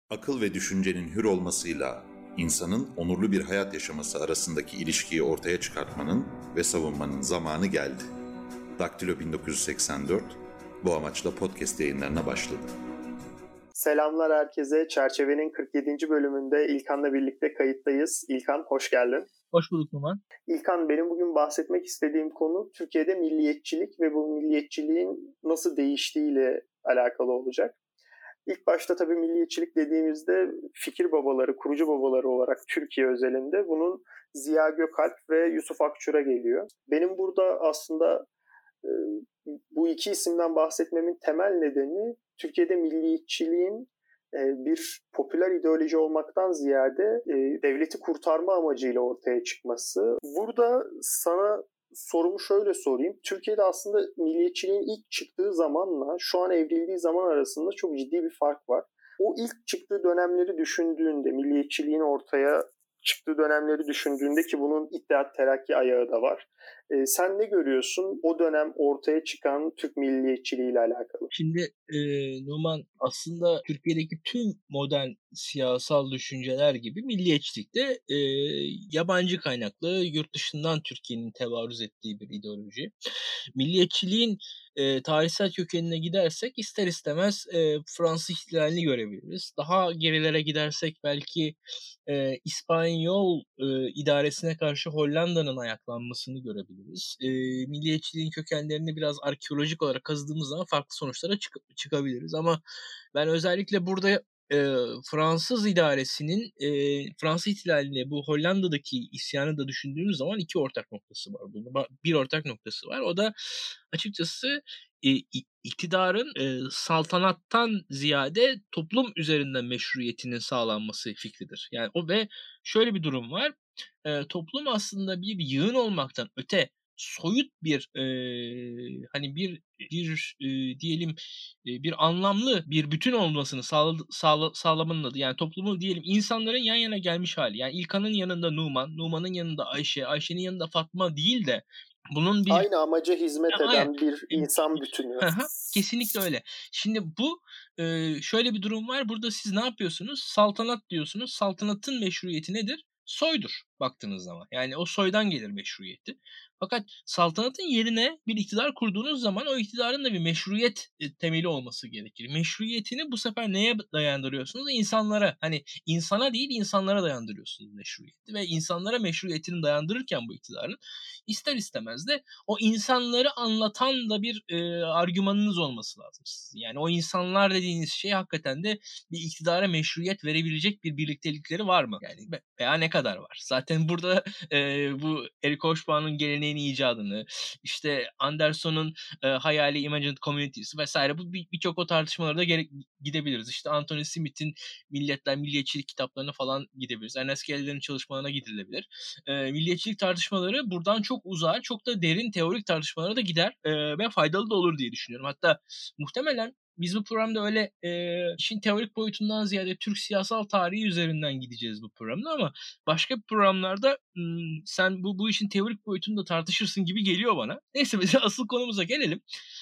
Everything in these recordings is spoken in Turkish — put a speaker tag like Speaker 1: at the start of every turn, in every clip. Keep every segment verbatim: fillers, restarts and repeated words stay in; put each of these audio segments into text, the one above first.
Speaker 1: Akıl ve düşüncenin hür olmasıyla insanın onurlu bir hayat yaşaması arasındaki ilişkiyi ortaya çıkartmanın ve savunmanın zamanı geldi. Daktilo bin dokuz yüz seksen dört bu amaçla podcast yayınlarına başladı.
Speaker 2: Selamlar herkese. Çerçevenin kırk yedinci bölümünde İlkan'la birlikte kayıttayız. İlkan, hoş geldin.
Speaker 3: Hoş bulduk Numan.
Speaker 2: İlkan, benim bugün bahsetmek istediğim konu Türkiye'de milliyetçilik ve bu milliyetçiliğin nasıl değiştiğiyle alakalı olacak. İlk başta tabii milliyetçilik dediğimizde fikir babaları, kurucu babaları olarak Türkiye özelinde bunun Ziya Gökalp ve Yusuf Akçur'a geliyor. Benim burada aslında e, bu iki isimden bahsetmemin temel nedeni Türkiye'de milliyetçiliğin e, bir popüler ideoloji olmaktan ziyade e, devleti kurtarma amacıyla ortaya çıkması. Burada sana sorumu şöyle sorayım. Türkiye'de aslında milliyetçiliğin ilk çıktığı zamanla şu an evrildiği zaman arasında çok ciddi bir fark var. O ilk çıktığı dönemleri düşündüğünde, milliyetçiliğin ortaya çıktığı dönemleri düşündüğünde ki bunun İttihat Terakki ayağı da var. Ee, sen ne görüyorsun o dönem ortaya çıkan Türk milliyetçiliği ile alakalı?
Speaker 3: Şimdi e, Numan, aslında Türkiye'deki tüm modern siyasal düşünceler gibi milliyetçilik de e, yabancı kaynaklı, yurt dışından Türkiye'nin tevarüz ettiği bir ideoloji. Milliyetçiliğin e, tarihsel kökenine gidersek ister istemez e, Fransız ihtilalini görebiliriz. Daha gerilere gidersek belki e, İspanyol e, idaresine karşı Hollanda'nın ayaklanmasını görebiliriz. E, milliyetçiliğin kökenlerini biraz arkeolojik olarak kazdığımız zaman farklı sonuçlara çık- çıkabiliriz. Ama ben özellikle burada e, Fransız idaresinin e, Fransız ihtilaline bu Hollanda'daki isyanı da düşündüğümüz zaman iki ortak noktası var. Bunda bir ortak noktası var. O da açıkçası e, iktidarın e, saltanattan ziyade toplum üzerinden meşruiyetinin sağlanması fikridir. Yani o ve şöyle bir durum var. E, toplum aslında bir yığın olmaktan öte soyut bir e, hani bir bir e, diyelim e, bir anlamlı bir bütün olmasını sağla, sağla, sağlamanın adı. Yani toplumun diyelim insanların yan yana gelmiş hali. Yani İlkan'ın yanında Numan, Numan'ın yanında Ayşe, Ayşe'nin yanında Fatma değil de bunun bir
Speaker 2: aynı amaca hizmet
Speaker 3: yani,
Speaker 2: eden
Speaker 3: aynen.
Speaker 2: bir insan bütünü.
Speaker 3: Kesinlikle öyle. Şimdi bu e, şöyle bir durum var. Burada siz ne yapıyorsunuz? Saltanat diyorsunuz. Saltanatın meşruiyeti nedir? Soydur baktığınız zaman. Yani o soydan gelir meşruiyeti. Fakat saltanatın yerine bir iktidar kurduğunuz zaman o iktidarın da bir meşruiyet e, temeli olması gerekir. Meşruiyetini bu sefer neye dayandırıyorsunuz? İnsanlara. Hani insana değil insanlara dayandırıyorsunuz meşruiyeti. Ve insanlara meşruiyetini dayandırırken bu iktidarın ister istemez de o insanları anlatan da bir e, argümanınız olması lazım sizin. Yani o insanlar dediğiniz şey hakikaten de bir iktidara meşruiyet verebilecek bir birliktelikleri var mı? Yani veya ne kadar var? Zaten burada e, bu Eric Hobsbawm'ın geleneğini icadını, işte Anderson'un e, hayali Imagined Communities vesaire bu birçok bir o tartışmalara da gerek gidebiliriz. İşte Anthony Smith'in Milletler, Milliyetçilik kitaplarına falan gidebiliriz. Ernest Geller'in çalışmalarına gidilebilir. E, milliyetçilik tartışmaları buradan çok uzağa, çok da derin teorik tartışmalara da gider e, ve faydalı da olur diye düşünüyorum. Hatta muhtemelen biz bu programda öyle e, işin teorik boyutundan ziyade Türk siyasal tarihi üzerinden gideceğiz bu programda ama başka programlarda m, sen bu bu işin teorik boyutunu da tartışırsın gibi geliyor bana. Neyse biz asıl konumuza gelelim.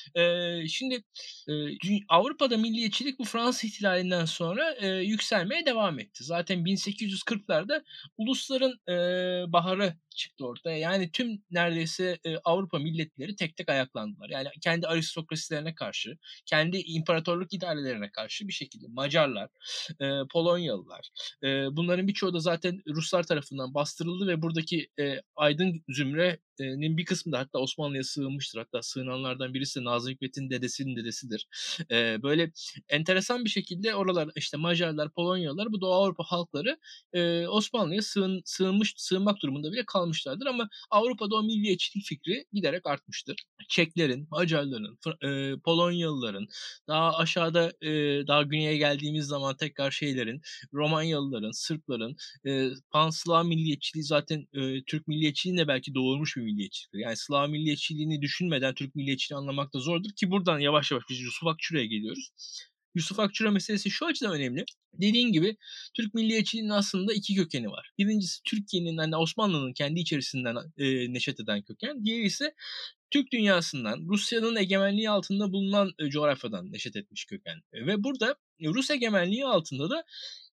Speaker 3: E, şimdi e, Avrupa'da milliyetçilik bu Fransız ihtilalinden sonra e, yükselmeye devam etti. Zaten bin sekiz yüz kırklarda ulusların e, baharı çıktı ortaya. Yani tüm neredeyse e, Avrupa milletleri tek tek ayaklandılar. Yani kendi aristokrasilerine karşı, kendi imparatorluk idarelerine karşı bir şekilde Macarlar, e, Polonyalılar, e, bunların birçoğu da zaten Ruslar tarafından bastırıldı ve buradaki e, aydın zümrenin bir kısmı da hatta Osmanlı'ya sığınmıştır. Hatta sığınanlardan birisi de Nazım Hikmet'in dedesinin dedesidir. E, böyle enteresan bir şekilde oralar işte Macarlar, Polonyalılar bu Doğu Avrupa halkları e, Osmanlı'ya sığın, sığınmış, sığınmak durumunda bile kalmışlardır ama Avrupa'da o milliyetçilik fikri giderek artmıştır. Çeklerin, Macarların, e, Polonyalıların, daha aşağıda e, daha güneye geldiğimiz zaman tekrar şeylerin, Romanyalıların, Sırpların, e, Pan-Slav milliyetçiliği zaten e, Türk milliyetçiliğine belki doğurmuş bir milliyetçiliktir. Yani Slav milliyetçiliğini düşünmeden Türk milliyetçiliğini anlamak da zordur ki buradan yavaş yavaş biz Yusuf Akçur'a geliyoruz. Yusuf Akçura meselesi şu açıdan önemli. Dediğin gibi Türk milliyetçiliğinin aslında iki kökeni var. Birincisi Türkiye'nin, hani Osmanlı'nın kendi içerisinden e, neşet eden köken. Diğeri ise Türk dünyasından, Rusya'nın egemenliği altında bulunan e, coğrafyadan neşet etmiş köken. E, ve burada e, Rus egemenliği altında da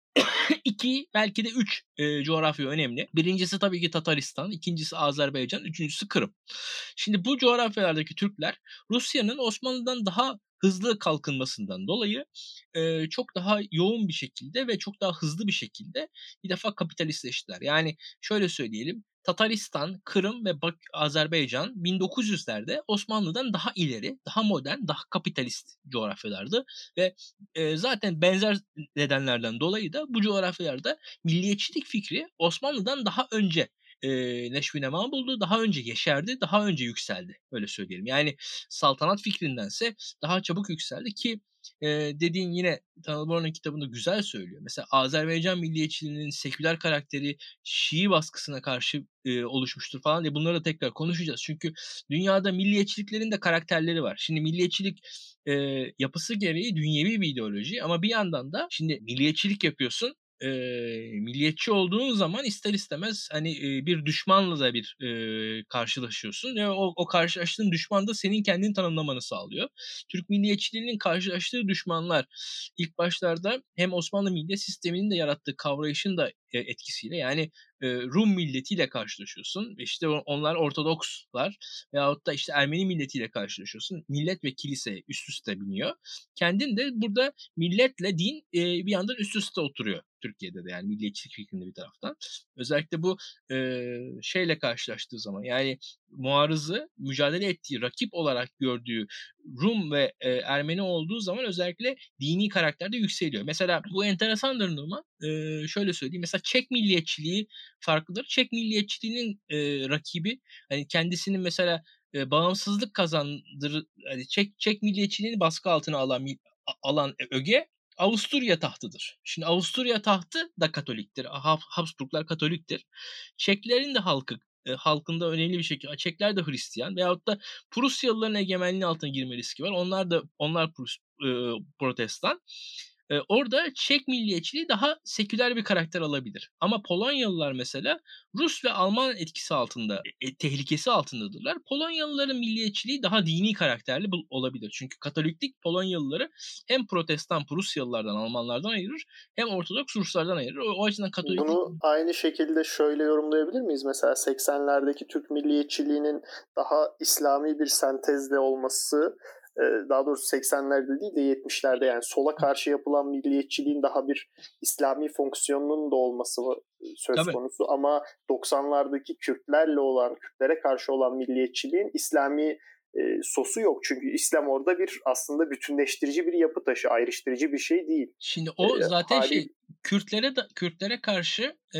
Speaker 3: iki belki de üç e, coğrafya önemli. Birincisi tabii ki Tataristan, ikincisi Azerbaycan, üçüncüsü Kırım. Şimdi bu coğrafyalardaki Türkler Rusya'nın Osmanlı'dan daha hızlı kalkınmasından dolayı e, çok daha yoğun bir şekilde ve çok daha hızlı bir şekilde bir defa kapitalistleştiler. Yani şöyle söyleyelim, Tataristan, Kırım ve Bak Azerbaycan bin dokuz yüzlerde Osmanlı'dan daha ileri, daha modern, daha kapitalist coğrafyalardı ve e, zaten benzer nedenlerden dolayı da bu coğrafyalarda milliyetçilik fikri Osmanlı'dan daha önce e, neşvinema buldu, daha önce yeşerdi, daha önce yükseldi. Öyle söyleyelim. Yani saltanat fikrindense daha çabuk yükseldi ki e, dediğin yine Tanıl Bora'nın kitabında güzel söylüyor. Mesela Azerbaycan milliyetçiliğinin seküler karakteri Şii baskısına karşı e, oluşmuştur falan diye bunları da tekrar konuşacağız. Çünkü dünyada milliyetçiliklerin de karakterleri var. Şimdi milliyetçilik e, yapısı gereği dünyevi bir ideoloji ama bir yandan da şimdi milliyetçilik yapıyorsun. E, milliyetçi olduğun zaman ister istemez hani e, bir düşmanla da bir e, karşılaşıyorsun ve o, o karşılaştığın düşman da senin kendini tanımlamanı sağlıyor. Türk milliyetçiliğinin karşılaştığı düşmanlar ilk başlarda hem Osmanlı milliyet sisteminin de yarattığı kavrayışın da e, etkisiyle yani e, Rum milletiyle karşılaşıyorsun. İşte onlar Ortodokslar veyahut da işte Ermeni milletiyle karşılaşıyorsun. Millet ve kilise üst üste biniyor. Kendin de burada milletle din e, bir yandan üst üste oturuyor Türkiye'de de yani milliyetçilik fikrinde bir taraftan. Özellikle bu e, şeyle karşılaştığı zaman yani muarızı mücadele ettiği rakip olarak gördüğü Rum ve e, Ermeni olduğu zaman özellikle dini karakterde yükseliyor. Mesela bu enteresandır Numan. E, şöyle söyleyeyim. Mesela Çek milliyetçiliği farklıdır. Çek milliyetçiliğinin e, rakibi hani kendisinin mesela e, bağımsızlık kazandır hani Çek Çek milliyetçiliğini baskı altına alan alan öge Avusturya tahtıdır. Şimdi Avusturya tahtı da Katoliktir. Habsburglar Katoliktir. Çeklerin de halkı e, halkında önemli bir şekilde Çekler de Hristiyan veyahut da Prusyalıların egemenliği altına girme riski var. Onlar da onlar Prus, e, Protestan. E, orada Çek milliyetçiliği daha seküler bir karakter alabilir. Ama Polonyalılar mesela Rus ve Alman etkisi altında, e, tehlikesi altındadırlar. Polonyalıların milliyetçiliği daha dini karakterli olabilir. Çünkü Katoliklik Polonyalıları hem Protestan Prusyalılardan, Almanlardan ayırır hem Ortodoks Ruslardan ayırır. O, o açıdan Katoliklik...
Speaker 2: Bunu aynı şekilde şöyle yorumlayabilir miyiz? Mesela seksenlerdeki Türk milliyetçiliğinin daha İslami bir sentezde olması, daha doğrusu seksenlerde değil de yetmişlerde yani sola karşı yapılan milliyetçiliğin daha bir İslami fonksiyonunun da olması söz
Speaker 3: Tabii.
Speaker 2: konusu ama doksanlardaki Kürtlerle olan, Kürtlere karşı olan milliyetçiliğin İslami e, sosu yok. Çünkü İslam orada bir aslında bütünleştirici bir yapı taşı, ayrıştırıcı bir şey değil.
Speaker 3: Şimdi o
Speaker 2: e,
Speaker 3: zaten
Speaker 2: hali...
Speaker 3: şey Kürtlere da Kürtlere karşı e,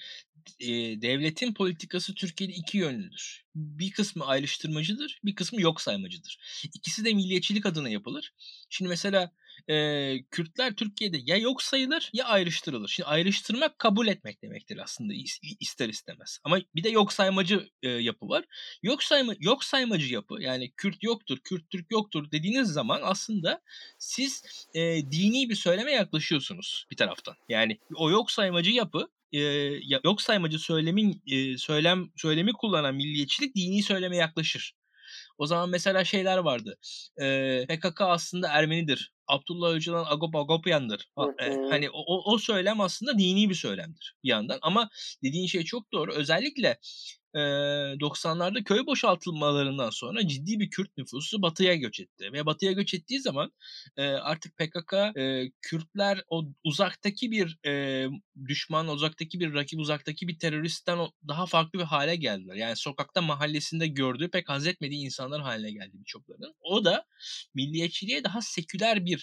Speaker 3: e, devletin politikası Türkiye'de iki yönlüdür. Bir kısmı ayrıştırmacıdır, bir kısmı yok saymacıdır. İkisi de milliyetçilik adına yapılır. Şimdi mesela e, Kürtler Türkiye'de ya yok sayılır ya ayrıştırılır. Şimdi ayrıştırmak kabul etmek demektir aslında ister istemez. Ama bir de yok saymacı e, yapı var. Yok sayma yok saymacı yapı yani Kürt yoktur, Kürt Türk yoktur dediğiniz zaman aslında siz e, dini bir söyleme yaklaşıyorsunuz bir taraftan. Yani o yok saymacı yapı e, yok saymacı söylemin e, söylem söylemi kullanan milliyetçilik dini söyleme yaklaşır. O zaman mesela şeyler vardı. E, P K K aslında Ermenidir. Abdullah Öcalan Agop Agopyan'dır. E, hani o, o söylem aslında dini bir söylemdir bir yandan. Ama dediğin şey çok doğru. Özellikle doksanlarda köy boşaltılmalarından sonra ciddi bir Kürt nüfusu batıya göç etti. Ve batıya göç ettiği zaman artık P K K, Kürtler o uzaktaki bir düşman, uzaktaki bir rakip, uzaktaki bir teröristten daha farklı bir hale geldiler. Yani sokakta, mahallesinde gördüğü pek haz etmediği insanlar haline geldi birçoklarının. O da milliyetçiliğe daha seküler bir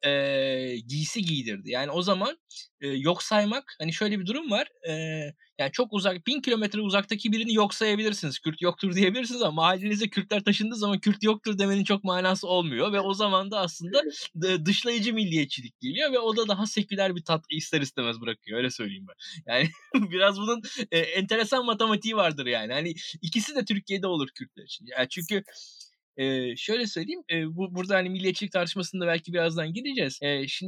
Speaker 3: e, giysi giydirdi. Yani o zaman e, yok saymak, hani şöyle bir durum var. E, yani çok uzak, bin kilometre uzaktaki birini yok sayabilirsiniz. Kürt yoktur diyebilirsiniz ama mahallenize Kürtler taşındığı zaman Kürt yoktur demenin çok manası olmuyor. Ve o zaman da aslında dışlayıcı milliyetçilik geliyor ve o da daha seküler bir tat ister istemez bırakıyor. Öyle söyleyeyim ben. Yani biraz bunun e, enteresan matematiği vardır yani. Hani ikisi de Türkiye'de olur Kürtler için. Yani çünkü Ee, şöyle söyleyeyim, e, bu burada hani milliyetçilik tartışmasında belki birazdan gideceğiz. E, şimdi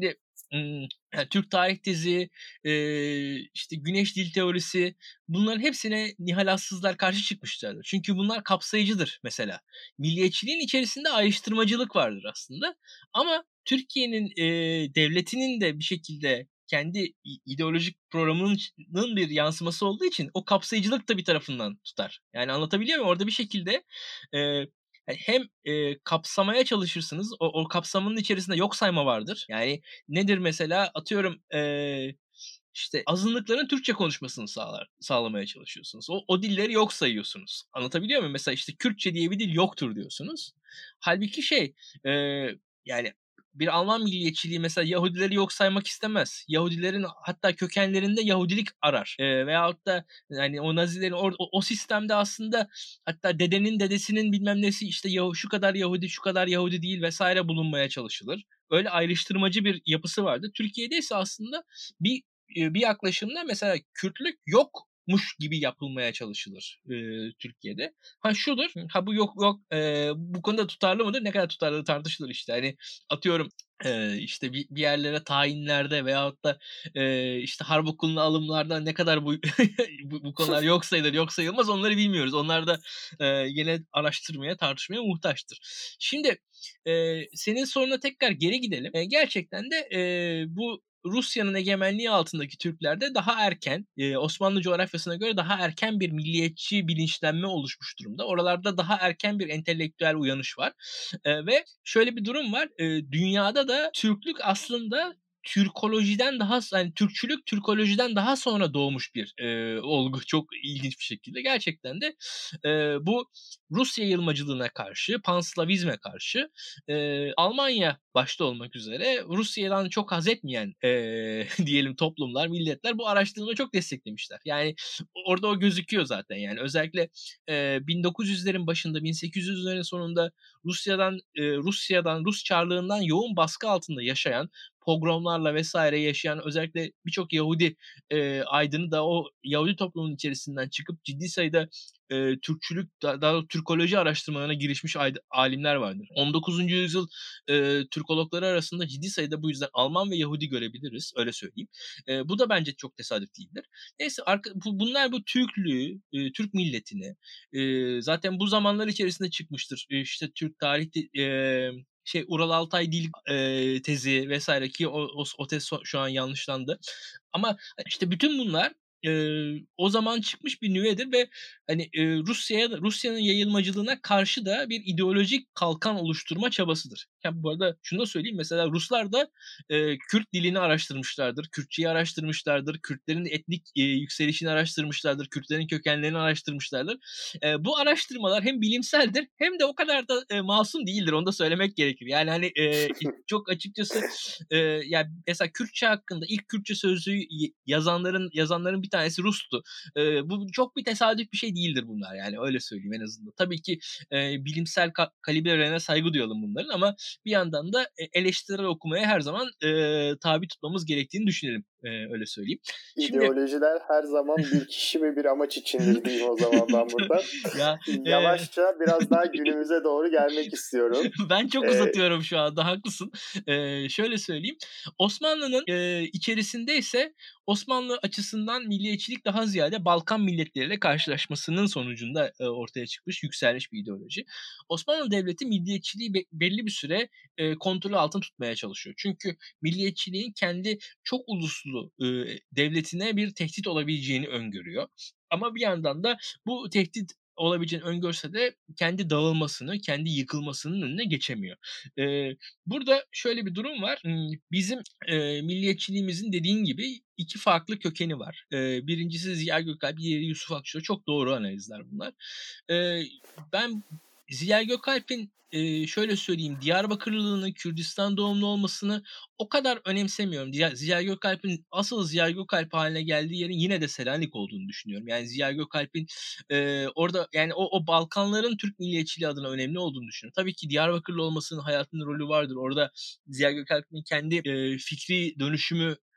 Speaker 3: ımm, yani Türk tarih tezi, eee, işte Güneş dil teorisi, bunların hepsine Nihal Atsızlar karşı çıkmışlardır. Çünkü bunlar kapsayıcıdır mesela. Milliyetçiliğin içerisinde ayrıştırmacılık vardır aslında ama Türkiye'nin, eee, devletinin de bir şekilde kendi i ideolojik programının nın bir yansıması olduğu için o kapsayıcılık da bir tarafından tutar. Yani anlatabiliyor muyum? Orada bir şekilde, eee, hem, eee, kapsamaya çalışırsınız, o o kapsamanın içerisinde yok sayma vardır. Yani nedir mesela? Atıyorum, eee, işte azınlıkların Türkçe konuşmasını sağlar sağlamaya çalışıyorsunuz. O o dilleri yok sayıyorsunuz. Anlatabiliyor muyum? Mesela, işte, Kürtçe diye bir dil yoktur diyorsunuz. Hâlbuki şey, eee, yani bir Alman milliyetçiliği mesela Yahudileri yok saymak istemez. Yahudilerin hatta kökenlerinde Yahudilik arar. Eee, veyahut da yani o Nazilerin or o o sistemde aslında hatta dedenin dedesinin bilmem nesi işte Yahu şu kadar Yahudi, şu kadar Yahudi değil vesaire bulunmaya çalışılır. Öyle ayrıştırmacı bir yapısı vardı. Türkiye'de ise aslında bir eee, bir yaklaşımda mesela Kürtlük yokmuş gibi yapılmaya çalışılır, eee, Türkiye'de. Ha şudur, ha bu yok yok, eee, bu konuda tutarlı mıdır? Ne kadar tutarlı tartışılır işte. Hani atıyorum, eee, işte bir bir yerlere tayinlerde veyahut da, eee, işte harp okuluna alımlarda ne kadar bu bu bu konular yok sayılır, yok sayılmaz onları bilmiyoruz. Onlar da, eee, yine araştırmaya, tartışmaya muhtaçtır. Şimdi, eee, senin soruna tekrar geri gidelim. Eee, gerçekten de, eee, bu Rusya'nın egemenliği altındaki Türklerde daha erken, eee, Osmanlı coğrafyasına göre daha erken bir milliyetçi bilinçlenme oluşmuş durumda. Oralarda daha erken bir entelektüel uyanış var, eee, ve şöyle bir durum var. Eee, dünyada da Türklük aslında Türkolojiden daha s hani Türkçülük Türkolojiden daha sonra doğmuş bir, eee, olgu çok ilginç bir şekilde. Gerçekten de, eee, bu Rus yayılmacılığına karşı, Panslavizme karşı, eee, Almanya başta olmak üzere Rusya'dan çok haz etmeyen, eee, diyelim toplumlar, milletler bu araştırmayı çok desteklemişler. Yani orada o gözüküyor zaten yani. Özellikle, eee, bin dokuz yüzlerin başında, bin sekiz yüzlerin sonunda Rusya'dan, eee, Rusya'dan, Rus Çarlığından yoğun baskı altında yaşayan, pogromlarla vesaire yaşayan özellikle birçok Yahudi, eee, aydını da o Yahudi toplumunun içerisinden çıkıp ciddi sayıda, eee, Türkçülük da daha doğrusu Türkoloji araştırmalarına girişmiş ayd alimler vardır. on dokuzuncu yüzyıl, eee, Türkologları arasında ciddi sayıda bu yüzden Alman ve Yahudi görebiliriz, öyle söyleyeyim. Eee, bu da bence çok tesadüf değildir. Neyse arka bu bunlar bu Türklüğü, eee, Türk milletini, eee, zaten bu zamanlar içerisinde çıkmıştır. Eee, işte Türk tarih de eee, şey Ural Altay Dil, eee, tezi vesaire ki o os o tez so şu an yanlışlandı. Ama işte bütün bunlar, eee, o zaman çıkmış bir nüvedir ve hani, eee, Rusya'ya da Rusya'nın yayılmacılığına karşı da bir ideolojik kalkan oluşturma çabasıdır. Ya, bu arada şunu da söyleyeyim, mesela Ruslar da, eee, Kürt dilini araştırmışlardır, Kürtçeyi araştırmışlardır, Kürtlerin etnik, eee, yükselişini araştırmışlardır, Kürtlerin kökenlerini araştırmışlardır. Eee, bu araştırmalar hem bilimseldir hem de o kadar da, eee, masum değildir, onu da söylemek gerekir. Yani, hani, eee, çok açıkçası, eee, ya, mesela Kürtçe hakkında ilk Kürtçe sözlüğü y yazanların yazanların bir tanesi Rus'tu. Eee, bu çok bir tesadüf bir şey değildir bunlar yani, öyle söyleyeyim en azından. Tabii ki, eee, bilimsel ka kalibrelerine saygı duyalım bunların ama bir yandan da e eleştirel okumaya her zaman, eee, tabi tutmamız gerektiğini düşünelim. Eee, öyle söyleyeyim. Şimdi
Speaker 2: İdeolojiler her zaman bir kişi ve bir amaç içindir diyeyim o zaman ben burada.
Speaker 3: Ya, eee
Speaker 2: Yavaşça biraz daha günümüze doğru gelmek istiyorum.
Speaker 3: Ben çok
Speaker 2: Eee
Speaker 3: uzatıyorum şu anda, haklısın. Eee, şöyle söyleyeyim, Osmanlı'nın, eee, içerisinde ise Osmanlı açısından milliyetçilik daha ziyade Balkan milletleriyle karşılaşmasının sonucunda, eee, ortaya çıkmış, yükselmiş bir ideoloji. Osmanlı Devleti milliyetçiliği be belli bir süre, eee, kontrolü altında tutmaya çalışıyor. Çünkü milliyetçiliğin kendi çok uluslu, eee, devletine bir tehdit olabileceğini öngörüyor. Ama bir yandan da bu tehdit olabileceğini öngörse de kendi dağılmasını, kendi yıkılmasının önüne geçemiyor. Eee, burada şöyle bir durum var. Imm, bizim, eee, milliyetçiliğimizin dediğin gibi iki farklı kökeni var. Eee, birincisi Ziya Gökalp, diğeri Yusuf Akçıl. Çok doğru analizler bunlar. Eee, ben Ziya Gökalp'in, eee, şöyle söyleyeyim, Diyarbakırlılığını, Kürdistan doğumlu olmasını o kadar önemsemiyorum. Ziya Ziya Gökalp'in asıl Ziya Gökalp hâline geldiği yerin yine de Selanik olduğunu düşünüyorum. Yani Ziya Gökalp'in, eee, orada yani o o Balkanların Türk milliyetçiliği adına önemli olduğunu düşünüyorum. Tabii ki Diyarbakırlı olmasının hayatında rolü vardır. Orada Ziya Gökalp'in kendi, eee, fikri dönüşümü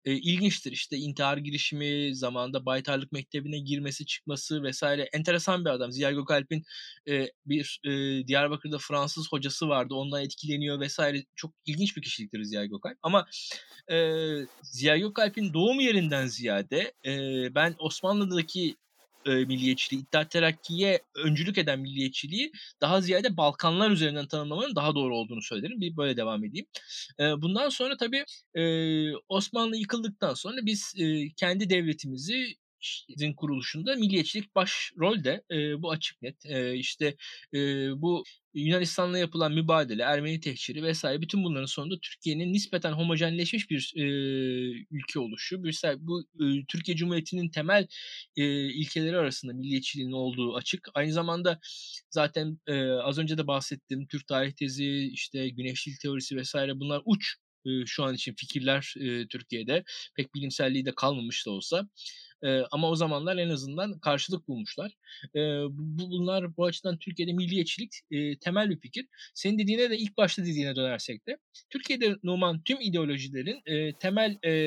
Speaker 3: e, ilginçtir. İşte intihar girişimi, zamanında Baytarlık Mektebi'ne girmesi, çıkması vesaire. Enteresan bir adam. Ziya Gökalp'in e, bir e, Diyarbakır'da Fransız hocası vardı. Ondan etkileniyor vesaire. Çok ilginç bir kişiliktir Ziya Gökalp. Ama e, Ziya Gökalp'in doğum yerinden ziyade e, ben Osmanlı'daki e, milliyetçiliği, İttihat Terakki'ye öncülük eden milliyetçiliği daha ziyade Balkanlar üzerinden tanımlamanın daha doğru olduğunu söylerim. Bir böyle devam edeyim. E, bundan sonra tabii e, Osmanlı yıkıldıktan sonra biz e, kendi devletimizi din kuruluşunda milliyetçilik başrolde. E, bu açık net. E, işte e, bu Yunanistan'la yapılan mübadele, Ermeni tehciri vesaire bütün bunların sonunda Türkiye'nin nispeten homojenleşmiş bir e, ülke oluşu. Mesela bu e, Türkiye Cumhuriyeti'nin temel e, ilkeleri arasında milliyetçiliğin olduğu açık. Aynı zamanda zaten e, az önce de bahsettiğim Türk tarih tezi, işte güneşlik teorisi vesaire bunlar uç e, şu an için fikirler e, Türkiye'de. Pek bilimselliği de kalmamış da olsa. E, ama o zamanlar en azından karşılık bulmuşlar. E, bu, bunlar bu açıdan Türkiye'de milliyetçilik e, temel bir fikir. Senin dediğine de ilk başta dediğine dönersek de Türkiye'de Numan tüm ideolojilerin e, temel e,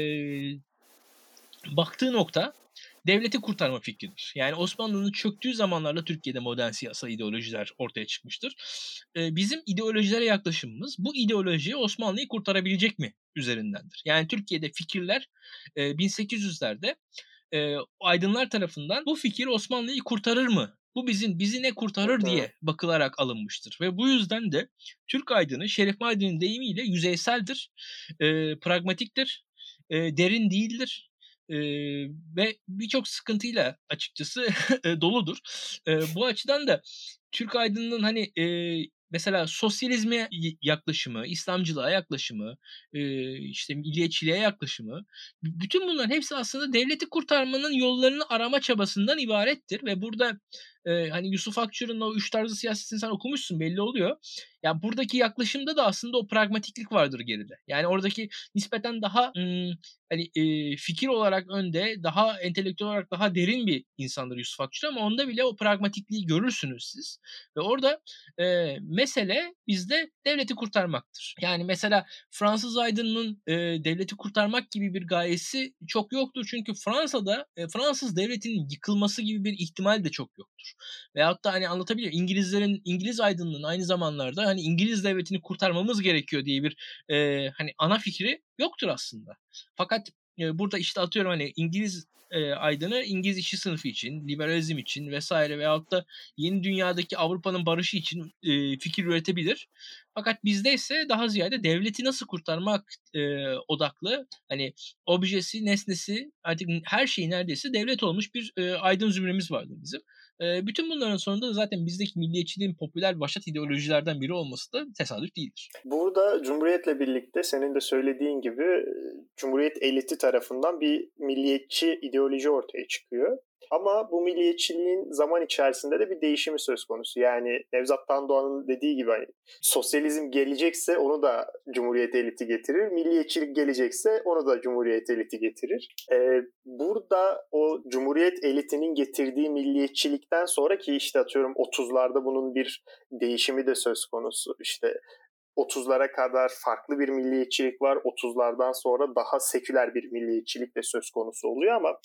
Speaker 3: baktığı nokta devleti kurtarma fikridir. Yani Osmanlı'nın çöktüğü zamanlarda Türkiye'de modern siyasal ideolojiler ortaya çıkmıştır. Ee, bizim ideolojilere yaklaşımımız bu ideoloji Osmanlı'yı kurtarabilecek mi üzerindendir. Yani Türkiye'de fikirler e, bin sekiz yüzlerde e, aydınlar tarafından bu fikir Osmanlı'yı kurtarır mı? Bu bizim bizi ne kurtarır diye bakılarak alınmıştır. Ve bu yüzden de Türk aydını Şerif Mardin'in deyimiyle yüzeyseldir, e, pragmatiktir, e, derin değildir. Ee, ve birçok sıkıntıyla açıkçası doludur. Ee, bu açıdan da Türk aydınının hani e, mesela sosyalizme yaklaşımı, İslamcılığa yaklaşımı, e, işte milliyetçiliğe yaklaşımı, bütün bunların hepsi aslında devleti kurtarmanın yollarını arama çabasından ibarettir ve burada e, hani Yusuf Akçur'un o üç tarzı siyasetini sen okumuşsun belli oluyor. Yani buradaki yaklaşımda da aslında o pragmatiklik vardır geride. Yani oradaki nispeten daha ım, hani e, fikir olarak önde, daha entelektüel olarak daha derin bir insandır Yusuf Akçur ama onda bile o pragmatikliği görürsünüz siz. Ve orada e, mesele bizde devleti kurtarmaktır. Yani mesela Fransız aydınının e, devleti kurtarmak gibi bir gayesi çok yoktur. Çünkü Fransa'da e, Fransız devletinin yıkılması gibi bir ihtimal de çok yoktur. Veyahut da hani anlatabiliyor İngilizlerin İngiliz aydınının aynı zamanlarda hani İngiliz devletini kurtarmamız gerekiyor diye bir e, hani ana fikri yoktur aslında. Fakat e, burada işte atıyorum hani İngiliz e, aydını İngiliz işçi sınıfı için, liberalizm için vesaire veyahut da yeni dünyadaki Avrupa'nın barışı için e, fikir üretebilir. Fakat bizde ise daha ziyade devleti nasıl kurtarmak e, odaklı hani objesi, nesnesi artık her şeyi neredeyse devlet olmuş bir e, aydın zümremiz vardır bizim. E, bütün bunların sonunda zaten bizdeki milliyetçiliğin popüler başat ideolojilerden biri olması da tesadüf değildir.
Speaker 2: Burada Cumhuriyet'le birlikte senin de söylediğin gibi Cumhuriyet eliti tarafından bir milliyetçi ideoloji ortaya çıkıyor. Ama bu milliyetçiliğin zaman içerisinde de bir değişimi söz konusu. Yani Nevzat Tandoğan'ın dediği gibi hani sosyalizm gelecekse onu da Cumhuriyet eliti getirir. Milliyetçilik gelecekse onu da Cumhuriyet eliti getirir. Ee, burada o Cumhuriyet elitinin getirdiği milliyetçilikten sonra ki işte atıyorum otuzlarda bunun bir değişimi de söz konusu. İşte otuzlara kadar farklı bir milliyetçilik var. otuzlardan sonra daha seküler bir milliyetçilik de söz konusu oluyor ama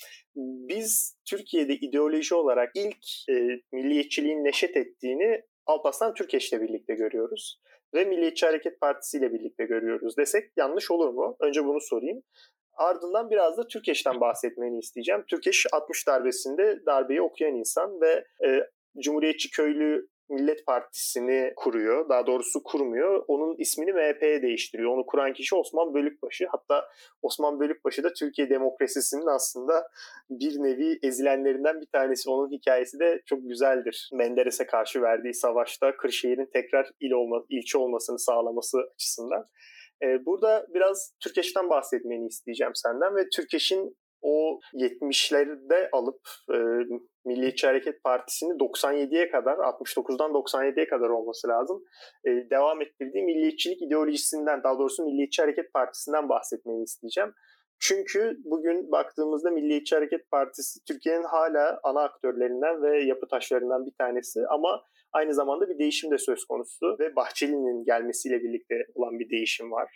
Speaker 2: biz Türkiye'de ideoloji olarak ilk e, milliyetçiliğin neşet ettiğini Alparslan Türkeş'le birlikte görüyoruz. Ve Milliyetçi Hareket Partisi ile birlikte görüyoruz desek yanlış olur mu? Önce bunu sorayım. Ardından biraz da Türkeş'ten bahsetmeni isteyeceğim. Türkeş altmış darbesinde darbeyi okuyan insan ve e, Cumhuriyetçi Köylü Millet Partisi'ni kuruyor. Daha doğrusu kurmuyor. Onun ismini M H P'ye değiştiriyor. Onu kuran kişi Osman Bölükbaşı. Hatta Osman Bölükbaşı da Türkiye demokrasisinin aslında bir nevi ezilenlerinden bir tanesi. Onun hikayesi de çok güzeldir. Menderes'e karşı verdiği savaşta Kırşehir'in tekrar il olma, ilçe olmasını sağlaması açısından. Burada biraz Türkeş'ten bahsetmeni isteyeceğim senden ve Türkeş'in o yetmişlerde alıp e, Milliyetçi Hareket Partisi'ni doksan yediye kadar, altmış dokuzdan doksan yediye kadar olması lazım, e, devam ettirdiği milliyetçilik ideolojisinden, daha doğrusu Milliyetçi Hareket Partisi'nden bahsetmeni isteyeceğim. Çünkü bugün baktığımızda Milliyetçi Hareket Partisi Türkiye'nin hala ana aktörlerinden ve yapı taşlarından bir tanesi ama aynı zamanda bir değişim de söz konusu ve Bahçeli'nin gelmesiyle birlikte olan bir değişim var.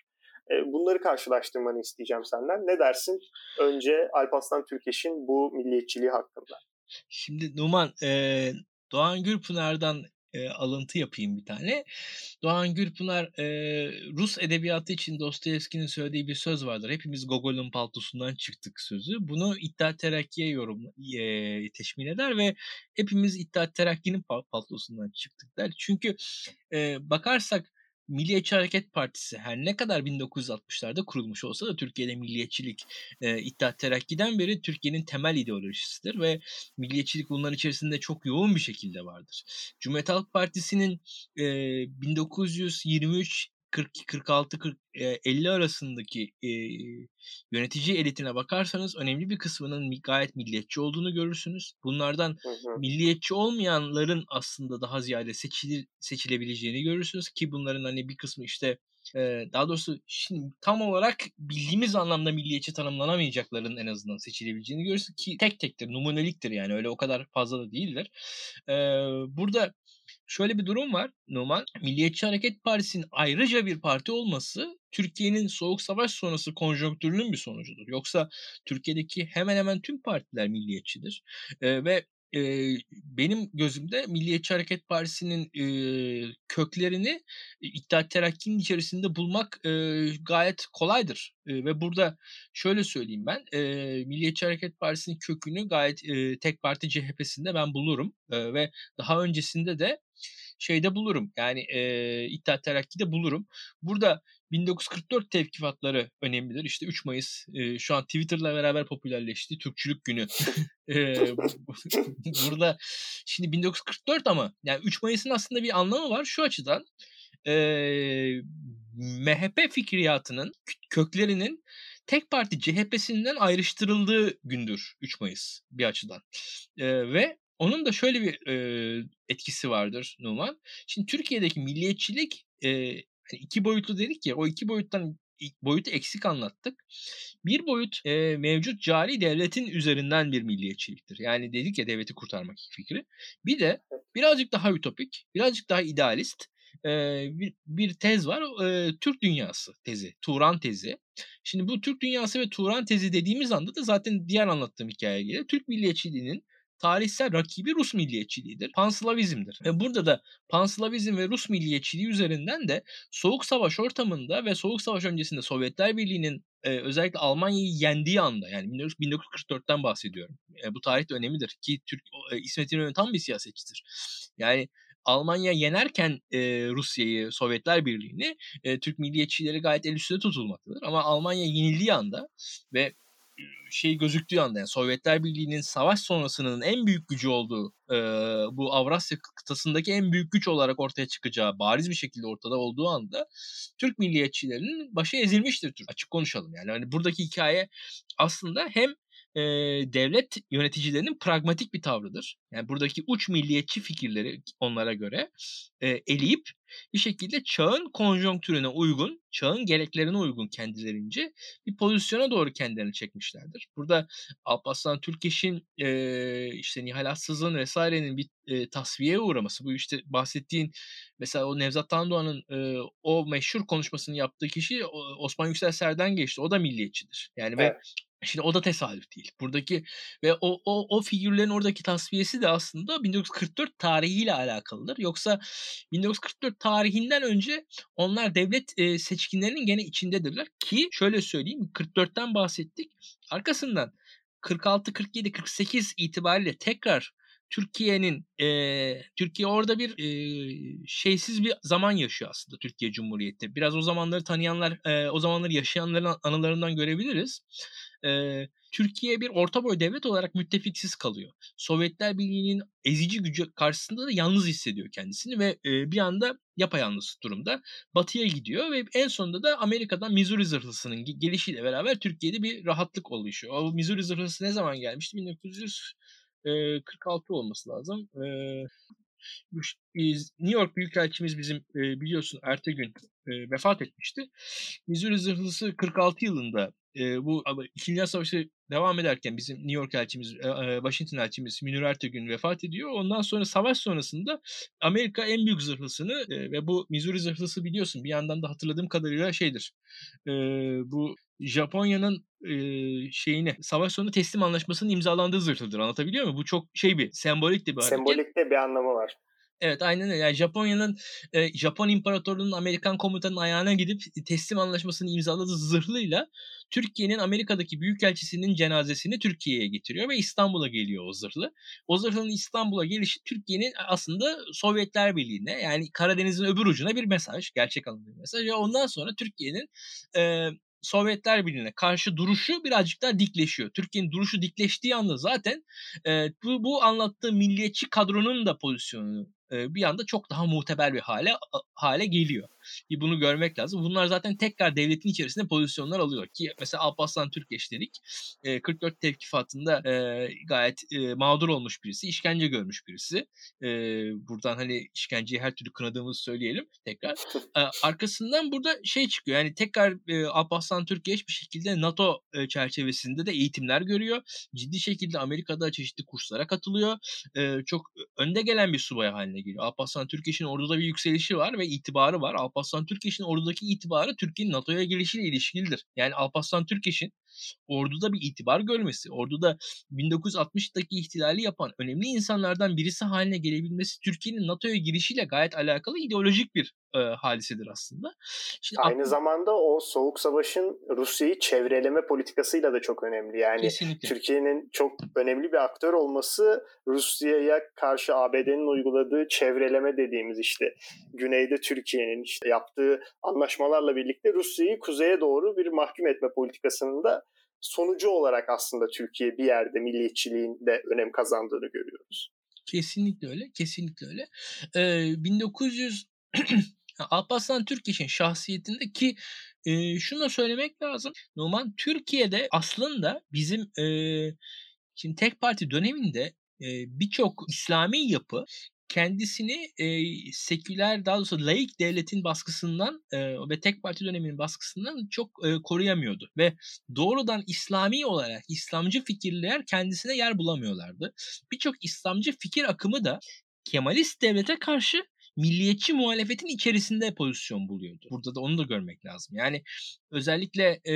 Speaker 2: Bunları karşılaştırmanı isteyeceğim senden. Ne dersin? Önce Alparslan Türkeş'in bu milliyetçiliği hakkında.
Speaker 3: Şimdi Numan, e, Doğan Gürpınar'dan e, alıntı yapayım bir tane. Doğan Gürpınar e, Rus edebiyatı için Dostoyevski'nin söylediği bir söz vardır. Hepimiz Gogol'un paltosundan çıktık sözü. Bunu İttihat Terakki'ye yorum e, teşmil eder ve hepimiz İttihat Terakki'nin paltosundan çıktık der. Çünkü e, bakarsak Milliyetçi Hareket Partisi her ne kadar bin dokuz yüz altmışlarda kurulmuş olsa da Türkiye'de milliyetçilik e, İttihat Terakki'den beri Türkiye'nin temel ideolojisidir ve milliyetçilik bunların içerisinde çok yoğun bir şekilde vardır. Cumhuriyet Halk Partisi'nin e, bin dokuz yüz yirmi üç kırk iki, kırk altı, kırk, elli arasındaki e, yönetici elitine bakarsanız önemli bir kısmının gayet milliyetçi olduğunu görürsünüz. Bunlardan
Speaker 2: hı hı.
Speaker 3: milliyetçi olmayanların aslında daha ziyade seçilir, seçilebileceğini görürsünüz ki bunların hani bir kısmı işte e, daha doğrusu şimdi tam olarak bildiğimiz anlamda milliyetçi tanımlanamayacakların en azından seçilebileceğini görürsünüz ki tek tektir, numuneliktir yani öyle o kadar fazla da değiller. E, burada şöyle bir durum var Numan. Milliyetçi Hareket Partisi'nin ayrıca bir parti olması Türkiye'nin Soğuk Savaş sonrası konjonktürünün bir sonucudur. Yoksa Türkiye'deki hemen hemen tüm partiler milliyetçidir. E, ve e, benim gözümde Milliyetçi Hareket Partisi'nin e, köklerini İttihat Terakki'nin içerisinde bulmak e, gayet kolaydır. E, ve burada şöyle söyleyeyim ben. E, Milliyetçi Hareket Partisi'nin kökünü gayet e, tek parti C H P'sinde ben bulurum. E, ve daha öncesinde de şeyde bulurum. Yani e, İttihat Terakki'de bulurum. Burada bin dokuz yüz kırk dört tevkifatları önemlidir. İşte üç Mayıs e, şu an Twitter'la beraber popülerleşti. Türkçülük günü. e, burada şimdi bin dokuz yüz kırk dört ama yani üç Mayıs'ın aslında bir anlamı var. Şu açıdan e, M H P fikriyatının köklerinin tek parti C H P'sinden ayrıştırıldığı gündür üç Mayıs bir açıdan. E, ve onun da şöyle bir e, etkisi vardır Numan. Şimdi Türkiye'deki milliyetçilik e, iki boyutlu dedik ya, o iki boyuttan boyutu eksik anlattık. Bir boyut e, mevcut cari devletin üzerinden bir milliyetçiliktir. Yani dedik ya devleti kurtarmak fikri. Bir de birazcık daha ütopik, birazcık daha idealist e, bir, bir tez var. E, Türk dünyası tezi, Turan tezi. Şimdi bu Türk dünyası ve Turan tezi dediğimiz anda da zaten diğer anlattığım hikayeye gelir. Türk milliyetçiliğinin tarihsel rakibi Rus milliyetçiliğidir. Panslavizmdir. Ve burada da Panslavizm ve Rus milliyetçiliği üzerinden de Soğuk Savaş ortamında ve Soğuk Savaş öncesinde Sovyetler Birliği'nin e, özellikle Almanya'yı yendiği anda yani bin dokuz yüz kırk dörtten bahsediyorum. E, bu tarih de önemlidir ki Türk e, İsmet İnönü tam bir siyasetçidir. Yani Almanya yenerken e, Rusya'yı, Sovyetler Birliği'ni e, Türk milliyetçileri gayet el üstünde tutulmaktadır. Ama Almanya yenildiği anda ve şey gözüktüğü anda yani Sovyetler Birliği'nin savaş sonrasının en büyük gücü olduğu e, bu Avrasya kıtasındaki en büyük güç olarak ortaya çıkacağı bariz bir şekilde ortada olduğu anda Türk milliyetçilerinin başı ezilmiştir. Açık konuşalım yani. Hani buradaki hikaye aslında hem e, devlet yöneticilerinin pragmatik bir tavrıdır. Yani buradaki uç milliyetçi fikirleri onlara göre e, eleyip bir şekilde çağın konjonktürüne uygun, çağın gereklerine uygun kendilerince bir pozisyona doğru kendilerini çekmişlerdir. Burada Alparslan Türkeş'in e, işte Nihal Atsız'ın vesairenin bir e, tasfiyeye uğraması, bu işte bahsettiğin mesela o Nevzat Tandoğan'ın e, o meşhur konuşmasını yaptığı kişi Osman Yüksel Ser'den geçti. O da milliyetçidir. Yani evet. Ve şimdi o da tesadüf değil. Buradaki ve o o o figürlerin oradaki tasfiyesi de aslında bin dokuz yüz kırk dört tarihiyle alakalıdır. Yoksa bin dokuz yüz kırk dört tarihinden önce onlar devlet e, seçkinlerinin gene içindedirler ki şöyle söyleyeyim kırk dörtten bahsettik. Arkasından kırk altı, kırk yedi, kırk sekiz itibariyle tekrar Türkiye'nin e, Türkiye orada bir e, şeysiz bir zaman yaşıyor aslında Türkiye Cumhuriyeti. Biraz o zamanları tanıyanlar, e, o zamanları yaşayanların anılarından görebiliriz. E, Türkiye bir orta boy devlet olarak müttefiksiz kalıyor. Sovyetler Birliği'nin ezici gücü karşısında da yalnız hissediyor kendisini ve e, bir anda yapayalnız durumda Batı'ya gidiyor ve en sonunda da Amerika'dan Missouri zırhlısının gelişiyle beraber Türkiye'de bir rahatlık oluşuyor. O Missouri zırhlısı ne zaman gelmişti? bin dokuz yüz kırk altı olması lazım. New York Büyükelçimiz bizim biliyorsun ertesi gün vefat etmişti. Missouri zırhlısı kırk altı yılında e, bu İkinci Dünya Savaşı devam ederken bizim New York elçimiz, e, e, Washington elçimiz Münir Ertegün vefat ediyor. Ondan sonra savaş sonrasında Amerika en büyük zırhlısını e, ve bu Missouri zırhlısı biliyorsun bir yandan da hatırladığım kadarıyla şeydir. E, bu Japonya'nın e, şeyini savaş sonunda teslim anlaşmasının imzalandığı zırhlıdır. Anlatabiliyor muyum? Bu çok şey bir sembolik de bir hareket.
Speaker 2: Sembolik de bir anlamı var.
Speaker 3: Evet aynen öyle. Yani Japonya'nın e, Japon İmparatorluğu'nun Amerikan komutanın ayağına gidip teslim anlaşmasını imzaladığı zırhlıyla Türkiye'nin Amerika'daki büyükelçisinin cenazesini Türkiye'ye getiriyor ve İstanbul'a geliyor o zırhlı. O zırhlının İstanbul'a gelişi Türkiye'nin aslında Sovyetler Birliği'ne yani Karadeniz'in öbür ucuna bir mesaj, gerçek anlamda bir mesaj. Ve ondan sonra Türkiye'nin e, Sovyetler Birliği'ne karşı duruşu birazcık daha dikleşiyor. Türkiye'nin duruşu dikleştiği anda zaten e, bu, bu anlattığı milliyetçi kadronun da pozisyonu e, bir anda çok daha muteber bir hale hale geliyor. E, bunu görmek lazım. Bunlar zaten tekrar devletin içerisinde pozisyonlar alıyor ki mesela Alparslan Türkeş dedik. E, kırk dört Tevkifatı'nda e, gayet e, mağdur olmuş birisi, işkence görmüş birisi. E, buradan hani işkenceyi her türlü kınadığımızı söyleyelim tekrar. E, arkasından burada şey çıkıyor. Yani tekrar e, Alparslan Türkeş bir şekilde NATO e, çerçevesinde de eğitimler görüyor. Ciddi şekilde Amerika'da çeşitli kurslara katılıyor. E, çok önde gelen bir subay haline geliyor. Alparslan Türkeş'in orduda bir yükselişi var ve itibarı var. Alparslan Türkeş'in ordudaki itibarı Türkiye'nin NATO'ya girişiyle ilişkilidir. Yani Alparslan Türkeş'in orduda bir itibar görmesi, orduda bin dokuz yüz altmıştaki ihtilali yapan önemli insanlardan birisi haline gelebilmesi Türkiye'nin NATO'ya girişiyle gayet alakalı ideolojik bir e, hadisedir aslında.
Speaker 2: Şimdi Aynı aklı... zamanda o Soğuk Savaş'ın Rusya'yı çevreleme politikasıyla da çok önemli. Yani kesinlikle. Türkiye'nin çok önemli bir aktör olması Rusya'ya karşı A B D'nin uyguladığı çevreleme dediğimiz işte güneyde Türkiye'nin işte yaptığı anlaşmalarla birlikte Rusya'yı kuzeye doğru bir mahkum etme politikasının da sonucu olarak aslında Türkiye bir yerde milliyetçiliğin de önem kazandığını görüyoruz.
Speaker 3: Kesinlikle öyle, kesinlikle öyle. Ee, bin dokuz yüz Alparslan Türkeş'in şahsiyetinde ki e, şunu da söylemek lazım. Numan Türkiye'de aslında bizim e, şimdi tek parti döneminde e, birçok İslami yapı kendisini e, seküler daha doğrusu laik devletin baskısından e, ve tek parti döneminin baskısından çok e, koruyamıyordu. Ve doğrudan İslami olarak İslamcı fikirler kendisine yer bulamıyorlardı. Birçok İslamcı fikir akımı da Kemalist devlete karşı milliyetçi muhalefetin içerisinde pozisyon buluyordu. Burada da onu da görmek lazım. Yani özellikle e,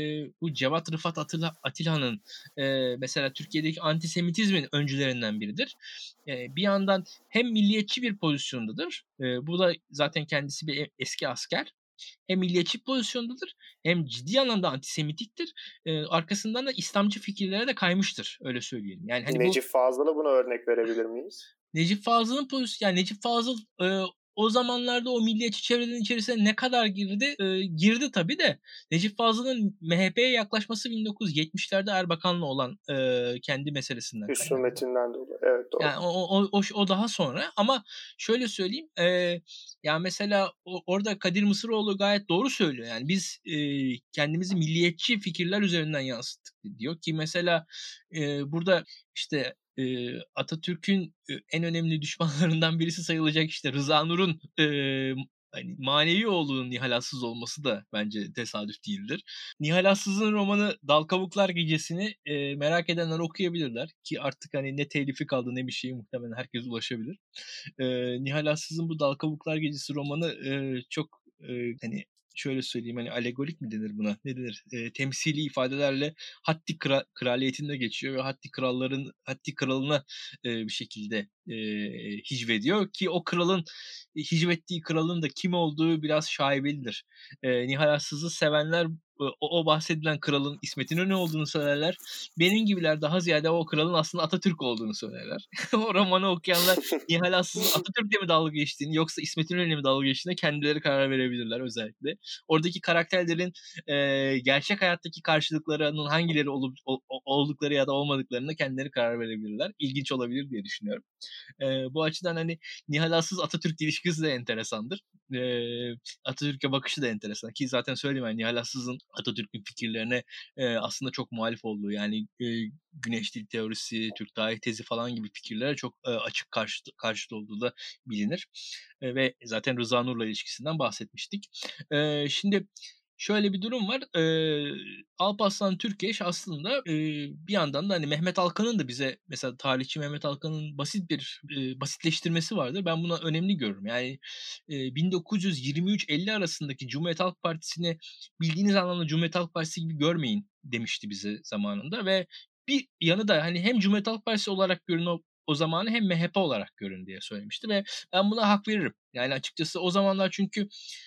Speaker 3: bu Cevat Rıfat Atilla, Atilla'nın e, mesela Türkiye'deki antisemitizmin öncülerinden biridir. E, bir yandan hem milliyetçi bir pozisyondadır. E, bu da zaten kendisi bir eski asker. Hem milliyetçi pozisyondadır hem ciddi anlamda antisemitiktir. E, arkasından da İslamcı fikirlere de kaymıştır. Öyle söyleyelim. Yani hani
Speaker 2: Necip bu... Fazıl'a buna örnek verebilir miyiz?
Speaker 3: Necip Fazıl'ın pozisyonu, yani Necip Fazıl e, o zamanlarda o milliyetçi çevrelerin içerisine ne kadar girdi? E, girdi tabii de. Necip Fazıl'ın M H P'ye yaklaşması bin dokuz yüz yetmişlerde Erbakan'la olan e, kendi meselesinden kaynaklı.
Speaker 2: Husumetinden dolayı. Evet doğru.
Speaker 3: Yani o, o, o, o daha sonra ama şöyle söyleyeyim. E, ya mesela o, orada Kadir Mısıroğlu gayet doğru söylüyor. Yani biz e, kendimizi milliyetçi fikirler üzerinden yansıttık diyor ki mesela e, burada işte Atatürk'ün en önemli düşmanlarından birisi sayılacak işte Rıza Nur'un e, hani manevi oğlunun Nihal Atsız olması da bence tesadüf değildir. Nihal Atsız'ın romanı Dal Kavuklar Gecesi'ni e, merak edenler okuyabilirler ki artık hani ne telifi kaldı ne bir şey muhtemelen herkes ulaşabilir. E, Nihal Atsız'ın bu Dal Kavuklar Gecesi romanı e, çok e, hani şöyle söyleyeyim hani alegorik mi denir buna? Ne denir? E, temsili ifadelerle Hatti kra- kraliyetinde geçiyor ve Hatti kralların Hatti kralına e, bir şekilde e, hicvediyor ki o kralın e, hicvettiği kralın da kim olduğu biraz şaibelidir. E, Nihal Atsız'ı sevenler o, o bahsedilen kralın İsmet İnönü olduğunu söylerler. Benim gibiler daha ziyade o kralın aslında Atatürk olduğunu söylerler. O romanı okuyanlar Nihal Atsız'ın Atatürk'le mi dalga geçtiğini yoksa İsmet İnönü'yle mi dalga geçtiğine kendileri karar verebilirler özellikle. Oradaki karakterlerin e, gerçek hayattaki karşılıklarının hangileri olup o, oldukları ya da olmadıklarına kendileri karar verebilirler. İlginç olabilir diye düşünüyorum. E, bu açıdan hani Nihal Atsız Atatürk ilişkisi de enteresandır. E, Atatürk'e bakışı da enteresan ki zaten söyleyeyim yani Nihal Atsız'ın Atatürk'ün fikirlerine e, aslında çok muhalif olduğu yani e, Güneş Dil Teorisi, Türk Tarih Tezi falan gibi fikirlere çok e, açık karşı, karşıt olduğu da bilinir. E, ve zaten Rıza Nur'la ilişkisinden bahsetmiştik. E, şimdi şöyle bir durum var. Eee, Alparslan Türkeş aslında, eee, bir yandan da hani Mehmet Alkan'ın da bize mesela tarihçi Mehmet Alkan'ın basit bir, eee, basitleştirmesi vardır. Ben buna önemli görürüm. Yani, eee, bin dokuz yüz yirmi üç elli arasındaki Cumhuriyet Halk Partisi'ni bildiğiniz anlamda Cumhuriyet Halk Partisi gibi görmeyin demişti bize zamanında ve bir yanı da hani hem Cumhuriyet Halk Partisi olarak görün o o zamanı hem M H P olarak görün diye söylemişti ve ben buna hak veririm. Yani açıkçası o zamanlar çünkü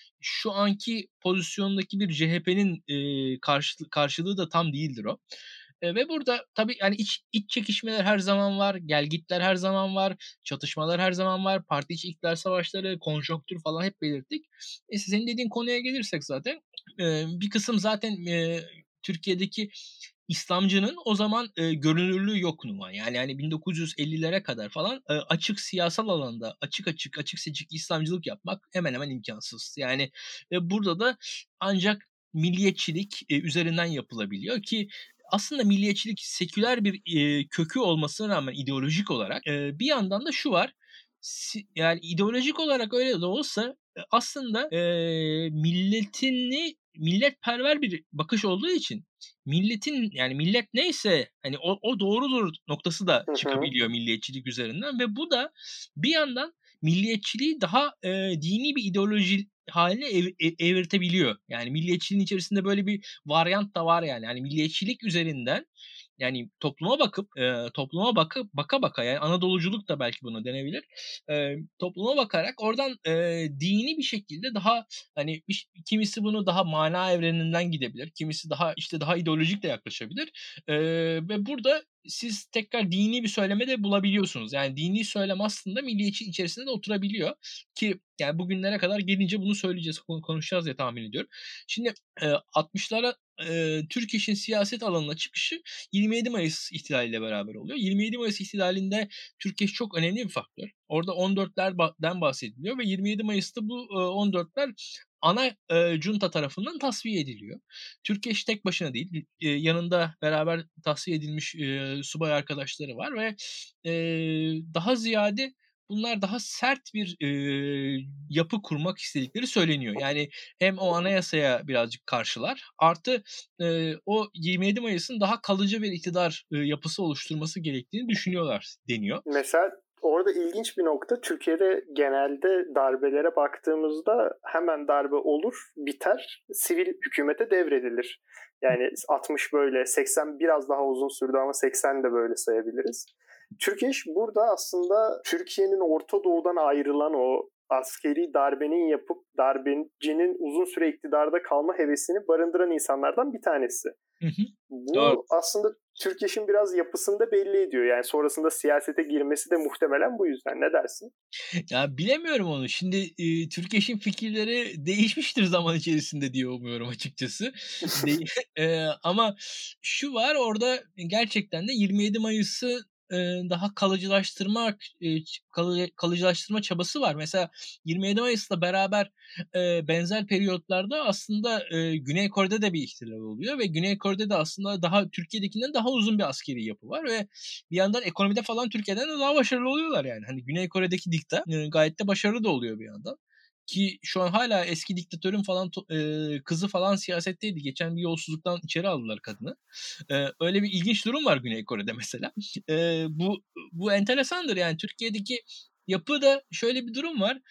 Speaker 3: şu anki pozisyondaki bir C H P'nin, eee, karşıtı karşılığı da tam değildir o. Eee, ve burada tabii, yani, iç iç çekişmeler her zaman var, gelgitler her zaman var, çatışmalar her zaman var, parti içi iktidar savaşları, konjonktür falan hep belirttik. Neyse, senin dediğin konuya gelirsek zaten, eee, bir kısım zaten, eee, Türkiye'deki İslamcının o zaman, eee, görünürlüğü yok Numan. Yani, hani, bin dokuz yüz ellilere kadar falan, eee, açık siyasal alanda açık açık, açık seçik İslamcılık yapmak hemen hemen imkansız. Yani, ve burada da ancak milliyetçilik, eee, üzerinden yapılabiliyor ki aslında milliyetçilik seküler bir, eee, kökü olmasına rağmen ideolojik olarak, eee, bir yandan da şu var, si yani ideolojik olarak öyle de olsa, eee, aslında, eee, milletini milletperver bir bakış olduğu için milletin, yani millet neyse hani o o doğrudur noktası da
Speaker 2: Hı hı.
Speaker 3: çıkabiliyor milliyetçilik üzerinden ve bu da bir yandan milliyetçiliği daha, eee, dini bir ideoloji hâline ev ev evirtebiliyor. Yani milliyetçiliğin içerisinde böyle bir varyant da var yani. Hani milliyetçilik üzerinden, yani topluma bakıp, eee, topluma bakıp baka baka, yani Anadoluculuk da belki buna denebilir. Eee, topluma bakarak oradan, eee, dini bir şekilde daha hani biş kimisi bunu daha mana evreninden gidebilir. Kimisi daha, işte, daha ideolojik de yaklaşabilir. Eee, ve burada siz tekrar dini bir söyleme de bulabiliyorsunuz. Yani dini söylem aslında milliyetçi içerisinde de oturabiliyor ki yani bugünlere kadar gelince bunu söyleyeceğiz, ko konuşacağız diye tahmin ediyorum. Şimdi, eee, altmışlara eee, Türk işin siyaset alanına çıkışı yirmi yedi Mayıs ihtilaliyle beraber oluyor. yirmi yedi Mayıs ihtilalinde Türkeş çok önemli bir faktör. Orada on dörtlerden bahsediliyor ve yirmi yedi Mayıs'ta bu, eee, on dörtler ana, eee, junta tarafından tasfiye ediliyor. Türkeş tek başına değil, eee, yanında beraber tasfiye edilmiş, eee, subay arkadaşları var ve, eee, daha ziyade bunlar daha sert bir, eee, yapı kurmak istedikleri söyleniyor. Yani hem o anayasaya birazcık karşılar artı, eee, o yirmi yedi Mayıs'ın daha kalıcı bir iktidar, eee, yapısı oluşturması gerektiğini düşünüyorlar deniyor.
Speaker 2: Mesela orada ilginç bir nokta, Türkiye'de genelde darbelere baktığımızda hemen darbe olur, biter, sivil hükümete devredilir. Yani altmış böyle, seksen biraz daha uzun sürdü ama seksen de böyle sayabiliriz. Türkiye burada aslında Türkiye'nin Orta Doğu'dan ayrılan o askeri darbenin yapıp darbecinin uzun süre iktidarda kalma hevesini barındıran insanlardan bir tanesi.
Speaker 3: Hı hı. Doğru.
Speaker 2: Bu aslında Türkeş'in biraz yapısını da belli ediyor. Yani sonrasında siyasete girmesi de muhtemelen bu yüzden. Ne dersin?
Speaker 3: Ya bilemiyorum onu. Şimdi, eee, Türkeş'in fikirleri değişmiştir zaman içerisinde diye umuyorum açıkçası. Değil eee, ama şu var, orada gerçekten de yirmi yedi Mayıs'ı, eee, daha kalıcılaştırmak, eee, ç kalı kalıcılaştırma çabası var. Mesela yirmi yedi Mayıs'la beraber, eee, benzer periyotlarda aslında, eee, Güney Kore'de de bir ihtilal oluyor ve Güney Kore'de de aslında daha Türkiye'dekinden daha uzun bir askeri yapı var ve bir yandan ekonomide falan Türkiye'den de daha başarılı oluyorlar yani. Hani Güney Kore'deki dikta, eee, gayet de başarılı da oluyor bir yandan. Ki şu an hala eski diktatörün falan to eee, kızı falan siyasetteydi. Geçen bir yolsuzluktan içeri aldılar kadını. Eee, öyle bir ilginç durum var Güney Kore'de mesela. Eee, bu bu enteresandır yani Türkiye'deki yapıda şöyle bir durum var.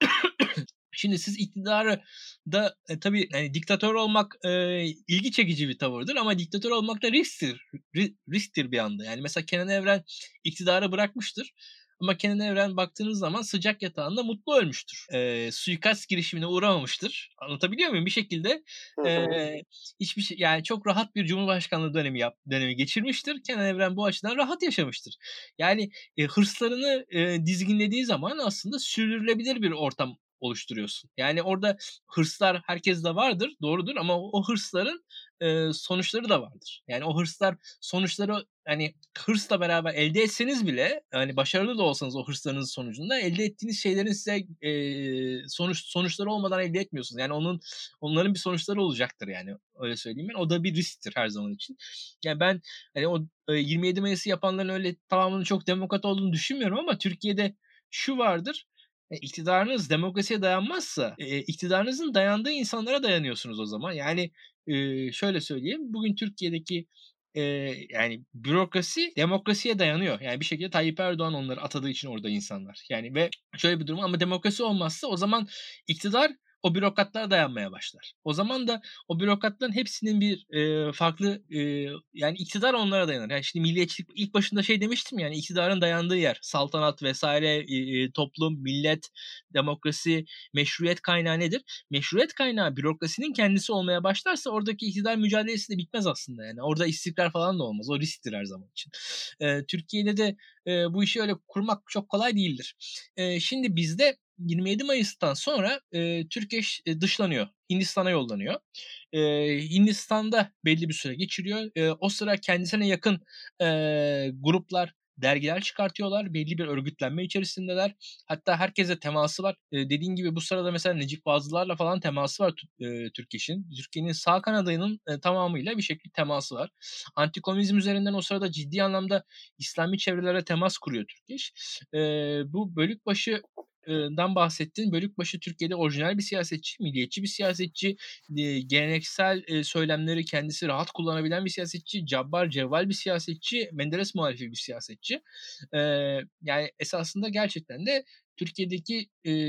Speaker 3: Şimdi siz iktidarı da e, tabii hani diktatör olmak e, ilgi çekici bir tavırdır ama diktatör olmak da risktir. Ri, risktir bir anda. Yani mesela Kenan Evren iktidarı bırakmıştır. Ama Kenan Evren baktığınız zaman sıcak yatağında mutlu ölmüştür. E, suikast girişimine uğramamıştır. Anlatabiliyor muyum? Bir şekilde
Speaker 2: Hı
Speaker 3: e,
Speaker 2: hı.
Speaker 3: hiçbir şey, yani çok rahat bir cumhurbaşkanlığı dönemi yap, dönemi geçirmiştir. Kenan Evren bu açıdan rahat yaşamıştır. Yani e, hırslarını e, dizginlediği zaman aslında sürdürülebilir bir ortam oluşturuyorsun. Yani orada hırslar herkeste vardır, doğrudur ama o, o hırsların e, sonuçları da vardır. Yani o hırslar sonuçları hani hırsla beraber elde etseniz bile hani başarılı da olsanız o hırslarınızın sonucunda elde ettiğiniz şeylerin size e, sonuç sonuçları olmadan elde etmiyorsunuz. Yani onun onların bir sonuçları olacaktır yani öyle söyleyeyim ben. O da bir risktir her zaman için. Yani ben hani o e, yirmi yedi Mayıs'ı yapanların öyle tamamının çok demokrat olduğunu düşünmüyorum ama Türkiye'de şu vardır. E, iktidarınız demokrasiye dayanmazsa, eee, iktidarınızın dayandığı insanlara dayanıyorsunuz o zaman. Yani, eee, şöyle söyleyeyim, bugün Türkiye'deki, eee, yani bürokrasi demokrasiye dayanıyor. Yani bir şekilde Tayyip Erdoğan onları atadığı için orada insanlar. Yani ve şöyle bir durum ama demokrasi olmazsa o zaman iktidar o bürokratlara dayanmaya başlar. O zaman da o bürokratların hepsinin bir, eee, farklı, eee, yani iktidar onlara dayanır. Yani şimdi milliyetçilik ilk başında şey demiştim yani iktidarın dayandığı yer, saltanat vesaire, eee, toplum, millet, demokrasi, meşruiyet kaynağı nedir? Meşruiyet kaynağı bürokrasinin kendisi olmaya başlarsa oradaki iktidar mücadelesi de bitmez aslında yani. Orada istikrar falan da olmaz. O risktir her zaman için. Eee, Türkiye'de de, eee, bu işi öyle kurmak çok kolay değildir. Eee, şimdi bizde yirmi yedi Mayıs'tan sonra, eee, Türkeş, eee, dışlanıyor. Hindistan'a yollanıyor. Eee, Hindistan'da belli bir süre geçiriyor. Eee, o sıra kendisine yakın, eee, gruplar, dergiler çıkartıyorlar. Belli bir örgütlenme içerisindeler. Hatta herkesle teması var. Eee, dediğin gibi bu sırada mesela Necip Fazıllar'la falan teması var Tü eee, Türkeş'in. Türkiye'nin sağ kanadının, eee, tamamıyla bir şekilde teması var. Antikomünizm üzerinden o sırada ciddi anlamda İslami çevrelere temas kuruyor Türkeş. Eee, bu Bölükbaşı dan bahsettin. Bölükbaşı Türkiye'de orijinal bir siyasetçi, milliyetçi bir siyasetçi, eee, geleneksel, eee, söylemleri kendisi rahat kullanabilen bir siyasetçi, cabbar, cevval bir siyasetçi, Menderes muhalifi bir siyasetçi. Eee, yani esasında gerçekten de Türkiye'deki,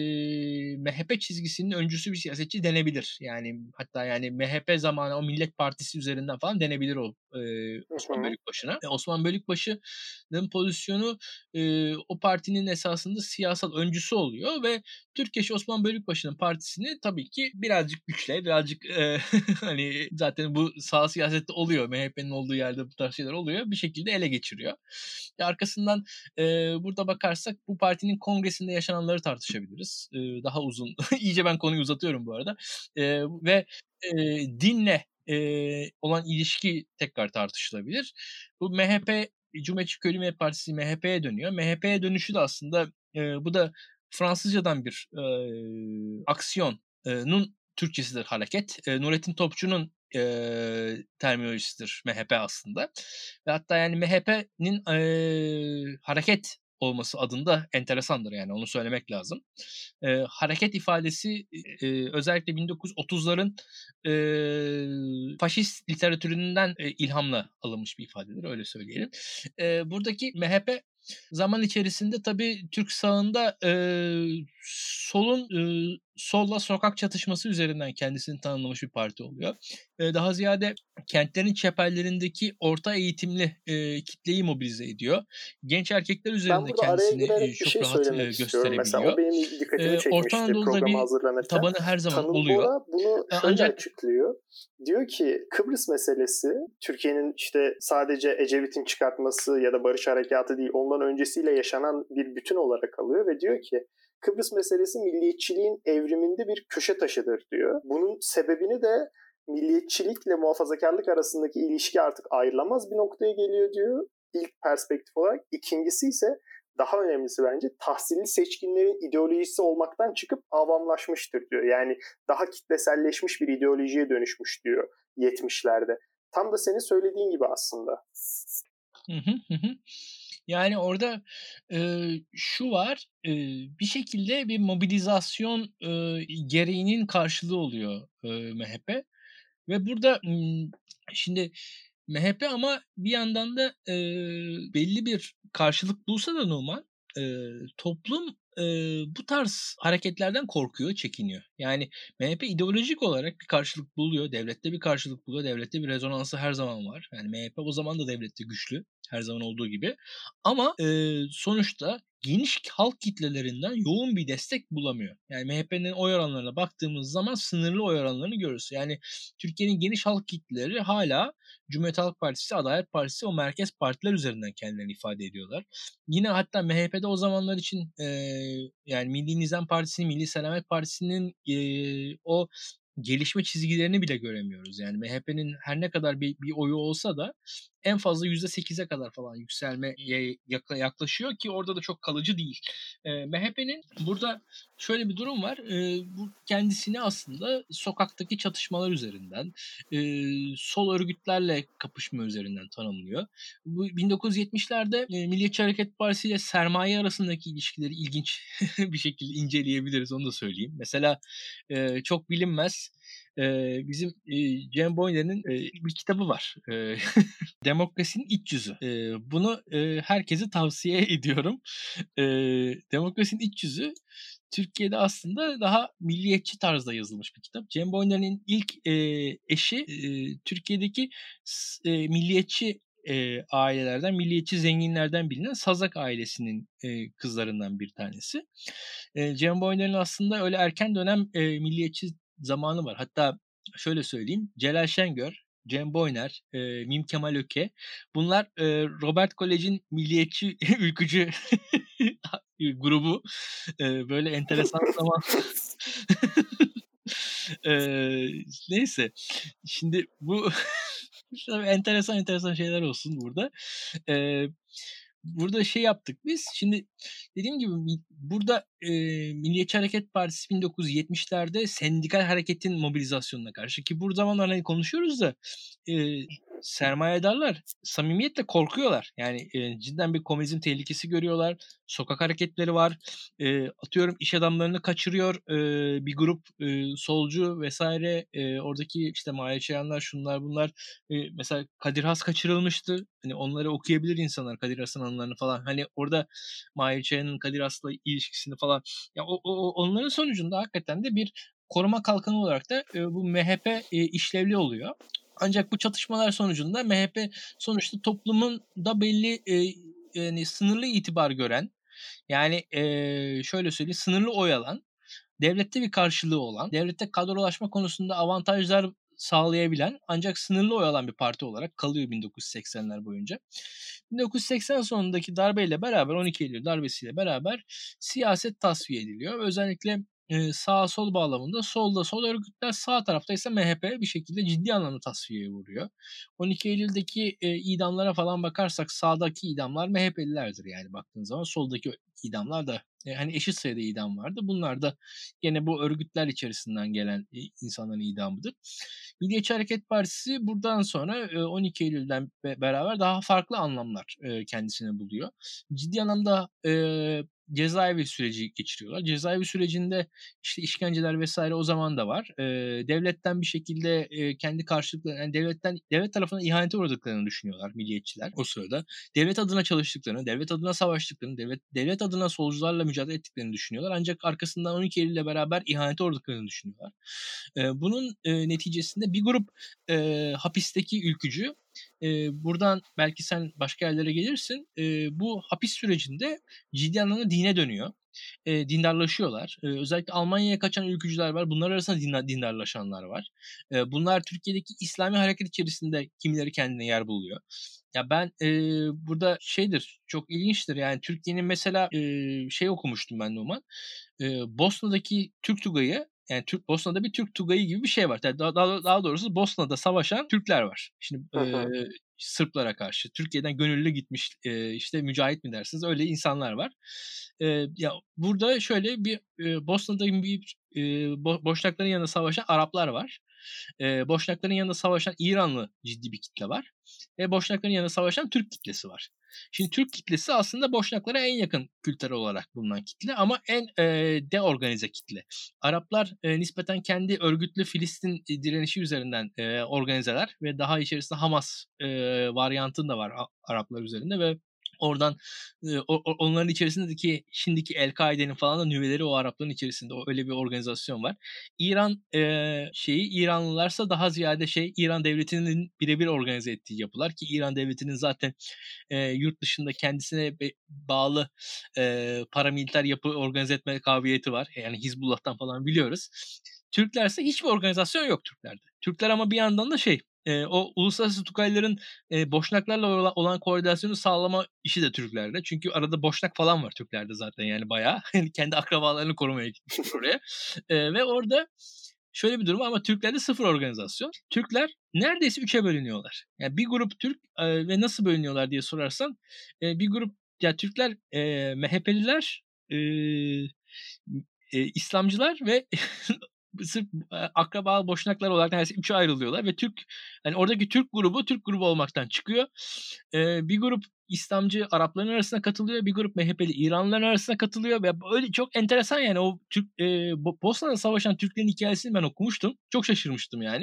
Speaker 3: eee, M H P çizgisinin öncüsü bir siyasetçi denebilir. Yani hatta yani M H P zamanı o Millet Partisi üzerinden falan denebilir o, eee,
Speaker 2: Hı
Speaker 3: Osman
Speaker 2: hı.
Speaker 3: Bölükbaşı'na. E, Osman Bölükbaşı'nın pozisyonu, eee, o partinin esasında siyasal öncüsü oluyor ve Türkeş Osman Bölükbaşı'nın partisini tabii ki birazcık güçle, birazcık, eee, hani zaten bu sağ siyasette oluyor. M H P'nin olduğu yerde bu tarz şeyler oluyor. Bir şekilde ele geçiriyor. E, arkasından, eee, burada bakarsak bu partinin kongresinde yaşananları tartışabiliriz. Eee, daha uzun, iyice ben konuyu uzatıyorum bu arada. Eee, ve, eee, dinle, eee, olan ilişki tekrar tartışılabilir. Bu M H P, Cumhuriyetçi Köylü Millet Partisi M H P'ye dönüyor. M H P'ye dönüşü de aslında, eee, bu da Fransızcadan bir, eee, aksiyon eee, nun Türkçesidir hareket. Eee, Nurettin Topçu'nun, eee, terminolojisidir M H P aslında ve hatta yani M H P'nin, eee, hareket olması adında enteresandır yani onu söylemek lazım. Eee, hareket ifadesi, eee, özellikle bin dokuz yüz otuzların eee, faşist literatüründen, eee, ilhamla alınmış bir ifadedir, öyle söyleyelim. Eee, buradaki M H P zaman içerisinde tabii Türk sağında, eee, solun, ııı, solla sokak çatışması üzerinden kendisini tanımlamış bir parti oluyor. Eee, daha ziyade kentlerin çeperlerindeki orta eğitimli, eee, kitleyi mobilize ediyor. Genç erkekler
Speaker 2: Ben
Speaker 3: üzerinde
Speaker 2: burada araya
Speaker 3: kendisini, eee,
Speaker 2: girerek bir
Speaker 3: çok
Speaker 2: şey
Speaker 3: rahat,
Speaker 2: söylemek
Speaker 3: eee,
Speaker 2: istiyorum. Mesela o
Speaker 3: gösterebiliyor.
Speaker 2: benim dikkatimi
Speaker 3: Eee, Orta
Speaker 2: çekmişti
Speaker 3: Anadolu'da
Speaker 2: programa
Speaker 3: bir
Speaker 2: hazırlanırken.
Speaker 3: tabanı her zaman
Speaker 2: Tanıl
Speaker 3: oluyor.
Speaker 2: Bora bunu
Speaker 3: Eee,
Speaker 2: şöyle
Speaker 3: ancak
Speaker 2: açıklıyor. Diyor ki Kıbrıs meselesi Türkiye'nin işte sadece Ecevit'in çıkartması ya da barış harekatı değil ondan öncesiyle yaşanan bir bütün olarak alıyor ve diyor ki Kıbrıs meselesi milliyetçiliğin evriminde bir köşe taşıdır diyor. Bunun sebebini de milliyetçilikle muhafazakarlık arasındaki ilişki artık ayrılamaz bir noktaya geliyor diyor. İlk perspektif olarak. İkincisi ise daha önemlisi bence tahsilli seçkinlerin ideolojisi olmaktan çıkıp avamlaşmıştır diyor. Yani daha kitleselleşmiş bir ideolojiye dönüşmüş diyor yetmişlerde. Tam da senin söylediğin gibi aslında.
Speaker 3: Hı hı, hı hı. Yani orada, eee, şu var, eee, bir şekilde bir mobilizasyon, eee, gereğinin karşılığı oluyor, eee, M H P ve burada, ımm, şimdi M H P ama bir yandan da, eee, belli bir karşılık bulsa da Numan, eee, toplum, eee, bu tarz hareketlerden korkuyor, çekiniyor. Yani M H P ideolojik olarak bir karşılık buluyor, devlette bir karşılık buluyor, devlette bir rezonansı her zaman var. Yani M H P o zaman da devlette güçlü, her zaman olduğu gibi ama, eee, sonuçta geniş halk kitlelerinden yoğun bir destek bulamıyor. Yani M H P'nin oy oranlarına baktığımız zaman sınırlı oy oranlarını görürüz. Yani Türkiye'nin geniş halk kitleleri hâlâ Cumhuriyet Halk Partisi, Adalet Partisi, o merkez partiler üzerinden kendilerini ifade ediyorlar. Yine hatta M H P'de o zamanlar için, eee, yani Milli Nizam Partisi'nin, Milli Selamet Partisi'nin, eee, o gelişme çizgilerini bile göremiyoruz. Yani M H P'nin her ne kadar bir bir oyu olsa da en fazla yüzde sekize kadar falan yükselmeye yaklaşıyor ki orada da çok kalıcı değil. E, M H P'nin burada şöyle bir durum var. E, bu kendisini aslında sokaktaki çatışmalar üzerinden, e, sol örgütlerle kapışma üzerinden tanımlıyor. Bu bin dokuz yüz yetmişlerde e, Milliyetçi Hareket Partisi ile sermaye arasındaki ilişkileri ilginç bir şekilde inceleyebiliriz, onu da söyleyeyim. Mesela e, çok bilinmez e, bizim e, Cem Boyner'in e, bir kitabı var. E, Demokrasinin İç Yüzü. E, bunu e, herkese tavsiye ediyorum. E, Demokrasinin İç Yüzü Türkiye'de aslında daha milliyetçi tarzda yazılmış bir kitap. Cem Boyner'in ilk e, eşi e, Türkiye'deki e, milliyetçi e, ailelerden, milliyetçi zenginlerden bilinen Sazak ailesinin e, kızlarından bir tanesi. E, Cem Boyner'in aslında öyle erken dönem e, milliyetçi zamanı var. Hatta şöyle söyleyeyim, Celal Şengör, Cem Boyner, e, Mim Kemal Öke, bunlar e, Robert Kolej'in milliyetçi ülkücü grubu. E, böyle enteresan zaman. e, neyse, şimdi bu enteresan enteresan şeyler olsun burada. E, burada şey yaptık biz. Şimdi dediğim gibi burada e, Milliyetçi Hareket Partisi bin dokuz yüz yetmişlerde sendikal hareketin mobilizasyonuna karşı, ki bu zamanlar hani konuşuyoruz da e, sermayedarlar samimiyetle korkuyorlar. Yani e, cidden bir komünizm tehlikesi görüyorlar. Sokak hareketleri var. E, atıyorum iş adamlarını kaçırıyor e, bir grup e, solcu vesaire. E, oradaki işte Mahir Çayanlar, şunlar bunlar. E, mesela Kadir Has kaçırılmıştı. Hani onları okuyabilir insanlar, Kadir Has'ın anılarını falan. Hani orada Mahir Çayan'ın Kadir Has'la ilişkisini falan. Ya o, o, onların sonucunda hakikaten de bir koruma kalkanı olarak da e, bu M H P e, işlevli oluyor. Ancak bu çatışmalar sonucunda M H P sonuçta toplumun da belli e, yani sınırlı itibar gören, yani e, şöyle söyleyeyim, sınırlı oy alan, devlette bir karşılığı olan, devlette kadrolaşma konusunda avantajlar sağlayabilen ancak sınırlı oy alan bir parti olarak kalıyor bin dokuz yüz seksenler boyunca. bin dokuz yüz seksen sonundaki darbeyle beraber, on iki Eylül darbesiyle beraber siyaset tasfiye ediliyor. Özellikle e, sağ sol bağlamında solda sol örgütler, sağ tarafta ise M H P bir şekilde ciddi anlamda tasfiyeye vuruyor. on iki Eylül'deki e, idamlara falan bakarsak sağdaki idamlar M H P'lilerdir yani baktığın zaman. Soldaki idamlar da e, hani eşit sayıda idam vardı. Bunlar da yine bu örgütler içerisinden gelen e, insanların idamıdır. Milliyetçi Hareket Partisi buradan sonra e, on iki Eylül'den be- beraber daha farklı anlamlar e, kendisine buluyor. Ciddi anlamda e, cezaevi süreci geçiriyorlar. Cezaevi sürecinde işte işkenceler vesaire o zaman da var. E, devletten bir şekilde e, kendi karşılıklarını, yani devletten devlet tarafından ihanete uğradıklarını düşünüyorlar milliyetçiler o sırada. Devlet adına çalıştıklarını, devlet adına savaştıklarını, devlet devlet adına solcularla mücadele ettiklerini düşünüyorlar. Ancak arkasından on iki Eylül ile beraber ihanete uğradıklarını düşünüyorlar. E, bunun e, neticesinde bir grup e, hapisteki ülkücü, e, buradan belki sen başka yerlere gelirsin, e, bu hapis sürecinde ciddi anlamda dine dönüyor. E, dindarlaşıyorlar. E, özellikle Almanya'ya kaçan ülkücüler var. Bunlar arasında din, dindarlaşanlar var. E, bunlar Türkiye'deki İslami hareket içerisinde kimileri kendine yer buluyor. Ya ben e, burada şeydir, çok ilginçtir. Yani Türkiye'nin mesela e, şey okumuştum ben Numan. E, Bosna'daki Türk Tugayı, yani Türk Bosna'da bir Türk Tugayı gibi bir şey var. Yani daha, daha, daha doğrusu Bosna'da savaşan Türkler var. Şimdi e, Sırplara karşı Türkiye'den gönüllü gitmiş e, işte mücahit mi dersiniz, öyle insanlar var. E, ya burada şöyle bir e, Bosna'da bir e, Bo- Boşnakların yanında savaşan Araplar var. E, Boşnakların yanında savaşan İranlı ciddi bir kitle var. Ve Boşnakların yanında savaşan Türk kitlesi var. Şimdi Türk kitlesi aslında Boşnaklara en yakın kültürel olarak bulunan kitle ama en e, deorganize kitle. Araplar e, nispeten kendi örgütlü Filistin direnişi üzerinden e, organizeler ve daha içerisinde Hamas e, varyantın da var Araplar üzerinde ve oradan e, o, onların içerisindeki şimdiki El-Kaide'nin falan da nüveleri o Arapların içerisinde, o öyle bir organizasyon var. İran e, şeyi İranlılarsa daha ziyade şey İran devletinin birebir organize ettiği yapılar ki İran devletinin zaten e, yurt dışında kendisine be, bağlı e, paramiliter yapı organize etme kabiliyeti var. Yani Hizbullah'tan falan biliyoruz. Türklerse hiçbir organizasyon yok Türklerde. Türkler ama bir yandan da şey e, o uluslararası Tugayların e, Boşnaklarla olan koordinasyonu sağlama işi de Türklerde. Çünkü arada Boşnak falan var Türklerde zaten yani bayağı. Kendi akrabalarını korumaya gitmişler oraya. E, ve orada şöyle bir durum ama Türklerde sıfır organizasyon. Türkler neredeyse üçe bölünüyorlar. Yani bir grup Türk e, ve nasıl bölünüyorlar diye sorarsan e, bir grup ya Türkler e, M H P'liler, e, e, İslamcılar ve sırf e, akraba boşnaklar olarak neredeyse üçe ayrılıyorlar ve Türk yani oradaki Türk grubu Türk grubu olmaktan çıkıyor. E, bir grup İslamcı Arapların arasına katılıyor. Bir grup M H P'li İranlıların arasına katılıyor. Ve öyle çok enteresan yani o Türk e, Bosna'da savaşan Türklerin hikayesini ben okumuştum. Çok şaşırmıştım yani.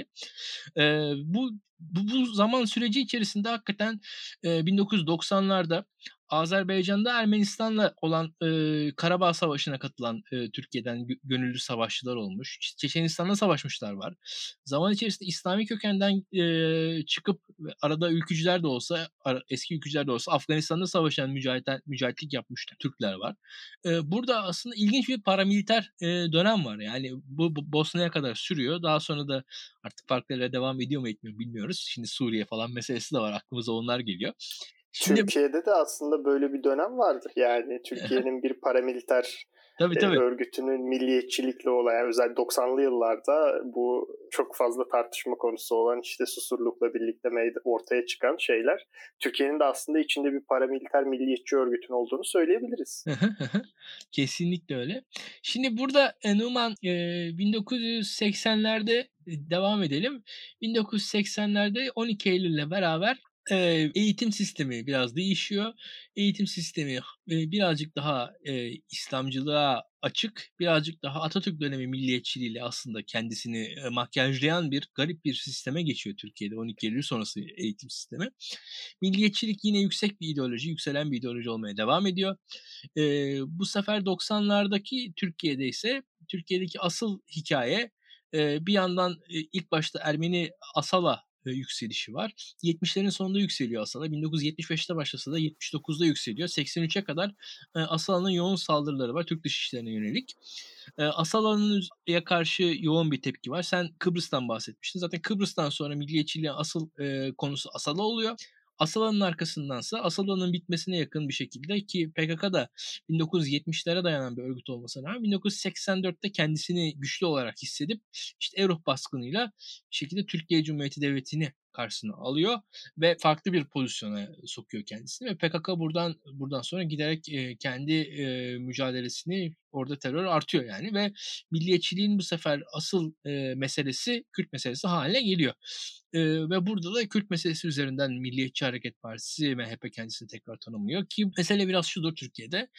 Speaker 3: E, bu, bu bu zaman süreci içerisinde hakikaten e, bin dokuz yüz doksanlarda Azerbaycan'da Ermenistan'la olan e, Karabağ Savaşı'na katılan e, Türkiye'den gö- gönüllü savaşçılar olmuş. İşte Çeçenistan'da savaşmışlar var. Zaman içerisinde İslami kökenden e, çıkıp arada ülkücüler de olsa, ara, eski ülkücüler de olsa Afganistan'da savaşan mücahitler, mücahitlik yapmış Türkler var. E, burada aslında ilginç bir paramiliter e, dönem var. Yani bu, bu Bosna'ya kadar sürüyor. Daha sonra da artık farklı yerlere devam ediyor mu etmiyor bilmiyoruz. Şimdi Suriye falan meselesi de var. Aklımıza onlar geliyor.
Speaker 2: Şimdi, Türkiye'de de aslında böyle bir dönem vardır. Yani Türkiye'nin bir paramiliter
Speaker 3: tabii,
Speaker 2: e,
Speaker 3: tabii.
Speaker 2: örgütünün milliyetçilikle olan, yani özellikle doksanlı yıllarda bu çok fazla tartışma konusu olan işte Susurluk'la birlikte ortaya çıkan şeyler. Türkiye'nin de aslında içinde bir paramiliter milliyetçi örgütün olduğunu söyleyebiliriz.
Speaker 3: Kesinlikle öyle. Şimdi burada e, Numan e, bin dokuz yüz seksenlerde devam edelim. bin dokuz yüz seksenlerde on iki Eylül'le beraber e, eğitim sistemi biraz değişiyor. Eğitim sistemi e, birazcık daha e, İslamcılığa açık, birazcık daha Atatürk dönemi milliyetçiliğiyle aslında kendisini e, makyajlayan bir garip bir sisteme geçiyor Türkiye'de on iki Eylül sonrası eğitim sistemi. Milliyetçilik yine yüksek bir ideoloji, yükselen bir ideoloji olmaya devam ediyor. E, bu sefer doksanlardaki Türkiye'de ise Türkiye'deki asıl hikaye e, bir yandan e, ilk başta Ermeni Asala e, yükselişi var. yetmişlerin sonunda yükseliyor Asala. bin dokuz yüz yetmiş beşte başlasa da yetmiş dokuzda yükseliyor. seksen üçe kadar e, Asala'nın yoğun saldırıları var Türk dışişlerine yönelik. E, Asala'nın karşı yoğun bir tepki var. Sen Kıbrıs'tan bahsetmiştin. Zaten Kıbrıs'tan sonra milliyetçiliğin asıl e, konusu Asala oluyor. Asala'nın arkasındansa Asala'nın bitmesine yakın bir şekilde ki P K K da bin dokuz yüz yetmişlere dayanan bir örgüt olmasına rağmen bin dokuz yüz seksen dörtte kendisini güçlü olarak hissedip işte Erruh baskınıyla bir şekilde Türkiye Cumhuriyeti Devleti'ni karşısına alıyor ve farklı bir pozisyona sokuyor kendisini ve P K K buradan buradan sonra giderek e, kendi e, mücadelesini orada terör artıyor yani ve milliyetçiliğin bu sefer asıl e, meselesi Kürt meselesi haline geliyor. E, ve burada da Kürt meselesi üzerinden Milliyetçi Hareket Partisi M H P kendisini tekrar tanımlıyor ki mesele biraz şudur Türkiye'de.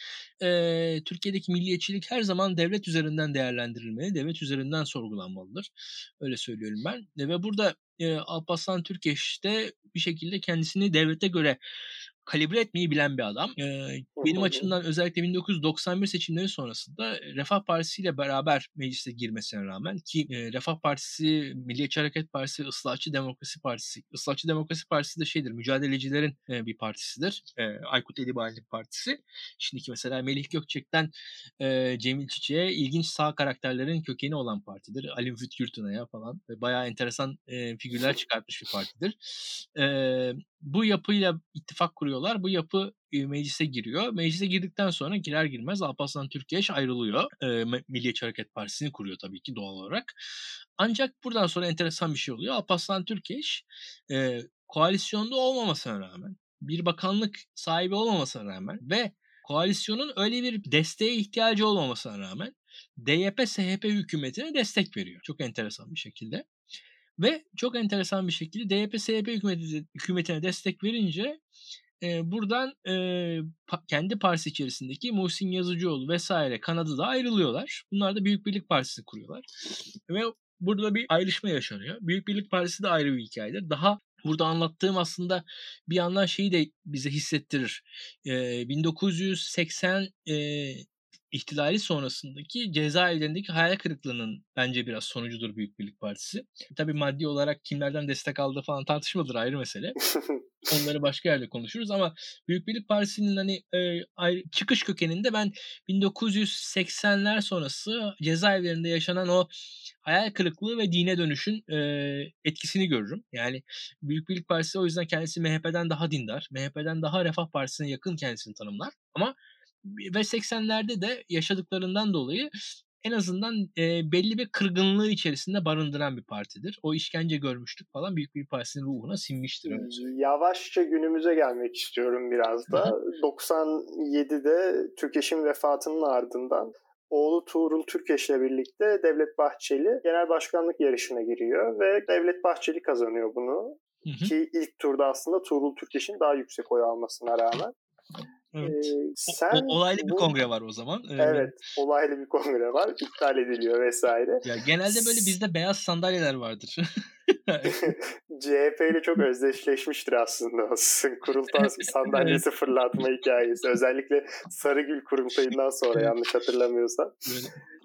Speaker 3: E, Türkiye'deki milliyetçilik her zaman devlet üzerinden değerlendirilmeli, devlet üzerinden sorgulanmalıdır. Öyle söylüyorum ben. E, ve burada e, Alparslan Türkeş de bir şekilde kendisini devlete göre kalibre etmeyi bilen bir adam. Ee, benim açımdan özellikle bin dokuz yüz doksan bir seçimleri sonrasında Refah Partisi ile beraber meclise girmesine rağmen ki e, Refah Partisi, Milliyetçi Hareket Partisi, Islahçı Demokrasi Partisi, Islahçı Demokrasi Partisi de şeydir, mücadelecilerin e, bir partisidir. E, Aykut Elibali'nin partisi. Şimdiki mesela Melih Gökçek'ten e, Cemil Çiçek'e ilginç sağ karakterlerin kökeni olan partidir. Ali Müfit Yurtuna'ya falan. E, bayağı enteresan e, figürler çıkartmış bir partidir. E, bu yapıyla ittifak kuruyorlar. Bu yapı e, meclise giriyor. Meclise girdikten sonra girer girmez Alparslan Türkeş ayrılıyor. E, Milliyetçi Hareket Partisi'ni kuruyor tabii ki doğal olarak. Ancak buradan sonra enteresan bir şey oluyor. Alparslan Türkeş e, koalisyonda olmamasına rağmen, bir bakanlık sahibi olmamasına rağmen ve koalisyonun öyle bir desteğe ihtiyacı olmamasına rağmen D Y P S H P hükümetine destek veriyor. Çok enteresan bir şekilde. Ve çok enteresan bir şekilde D Y P S H P hükümeti, hükümetine destek verince e, buradan e, pa, kendi partisi içerisindeki Muhsin Yazıcıoğlu vesaire kanadı da ayrılıyorlar. Bunlar da Büyük Birlik Partisi kuruyorlar. Ve burada bir ayrışma yaşanıyor. Büyük Birlik Partisi de ayrı bir hikayedir. Daha burada anlattığım aslında bir yandan şeyi de bize hissettirir. E, bin dokuz yüz seksen e, ihtilali sonrasındaki cezaevlerindeki hayal kırıklığının bence biraz sonucudur Büyük Birlik Partisi. Tabii maddi olarak kimlerden destek aldığı falan tartışmadır, ayrı mesele. Onları başka yerde konuşuruz ama Büyük Birlik Partisi'nin hani e, ayrı, çıkış kökeninde ben bin dokuz yüz seksenler sonrası cezaevlerinde yaşanan o hayal kırıklığı ve dine dönüşün e, etkisini görürüm. Yani Büyük Birlik Partisi o yüzden kendisi M H P'den daha dindar, M H P'den daha Refah Partisi'ne yakın kendisini tanımlar ama ve seksenlerde de yaşadıklarından dolayı en azından e, belli bir kırgınlığı içerisinde barındıran bir partidir. O işkence görmüştük falan Büyük Birlik Partisi'nin ruhuna sinmiştir. Öyle söyleyeyim.
Speaker 2: Yavaşça günümüze gelmek istiyorum biraz da. doksan yedide Türkeş'in vefatının ardından oğlu Tuğrul Türkeş'le birlikte Devlet Bahçeli genel başkanlık yarışına giriyor ve Devlet Bahçeli kazanıyor bunu.
Speaker 3: Hı hı.
Speaker 2: Ki ilk turda aslında Tuğrul Türkeş'in daha yüksek oy almasına rağmen.
Speaker 3: Evet.
Speaker 2: Ee,
Speaker 3: O,
Speaker 2: sen
Speaker 3: o- olaylı bir
Speaker 2: bu
Speaker 3: kongre var o zaman. Ee,
Speaker 2: evet olaylı bir kongre var, iptal ediliyor vesaire.
Speaker 3: Ya genelde böyle bizde beyaz sandalyeler vardır.
Speaker 2: C H P ile çok özdeşleşmiştir aslında o kurultay sandalyesi fırlatma hikayesi. Özellikle Sarıgül kurultayından sonra yanlış hatırlamıyorsam.
Speaker 3: Böyle.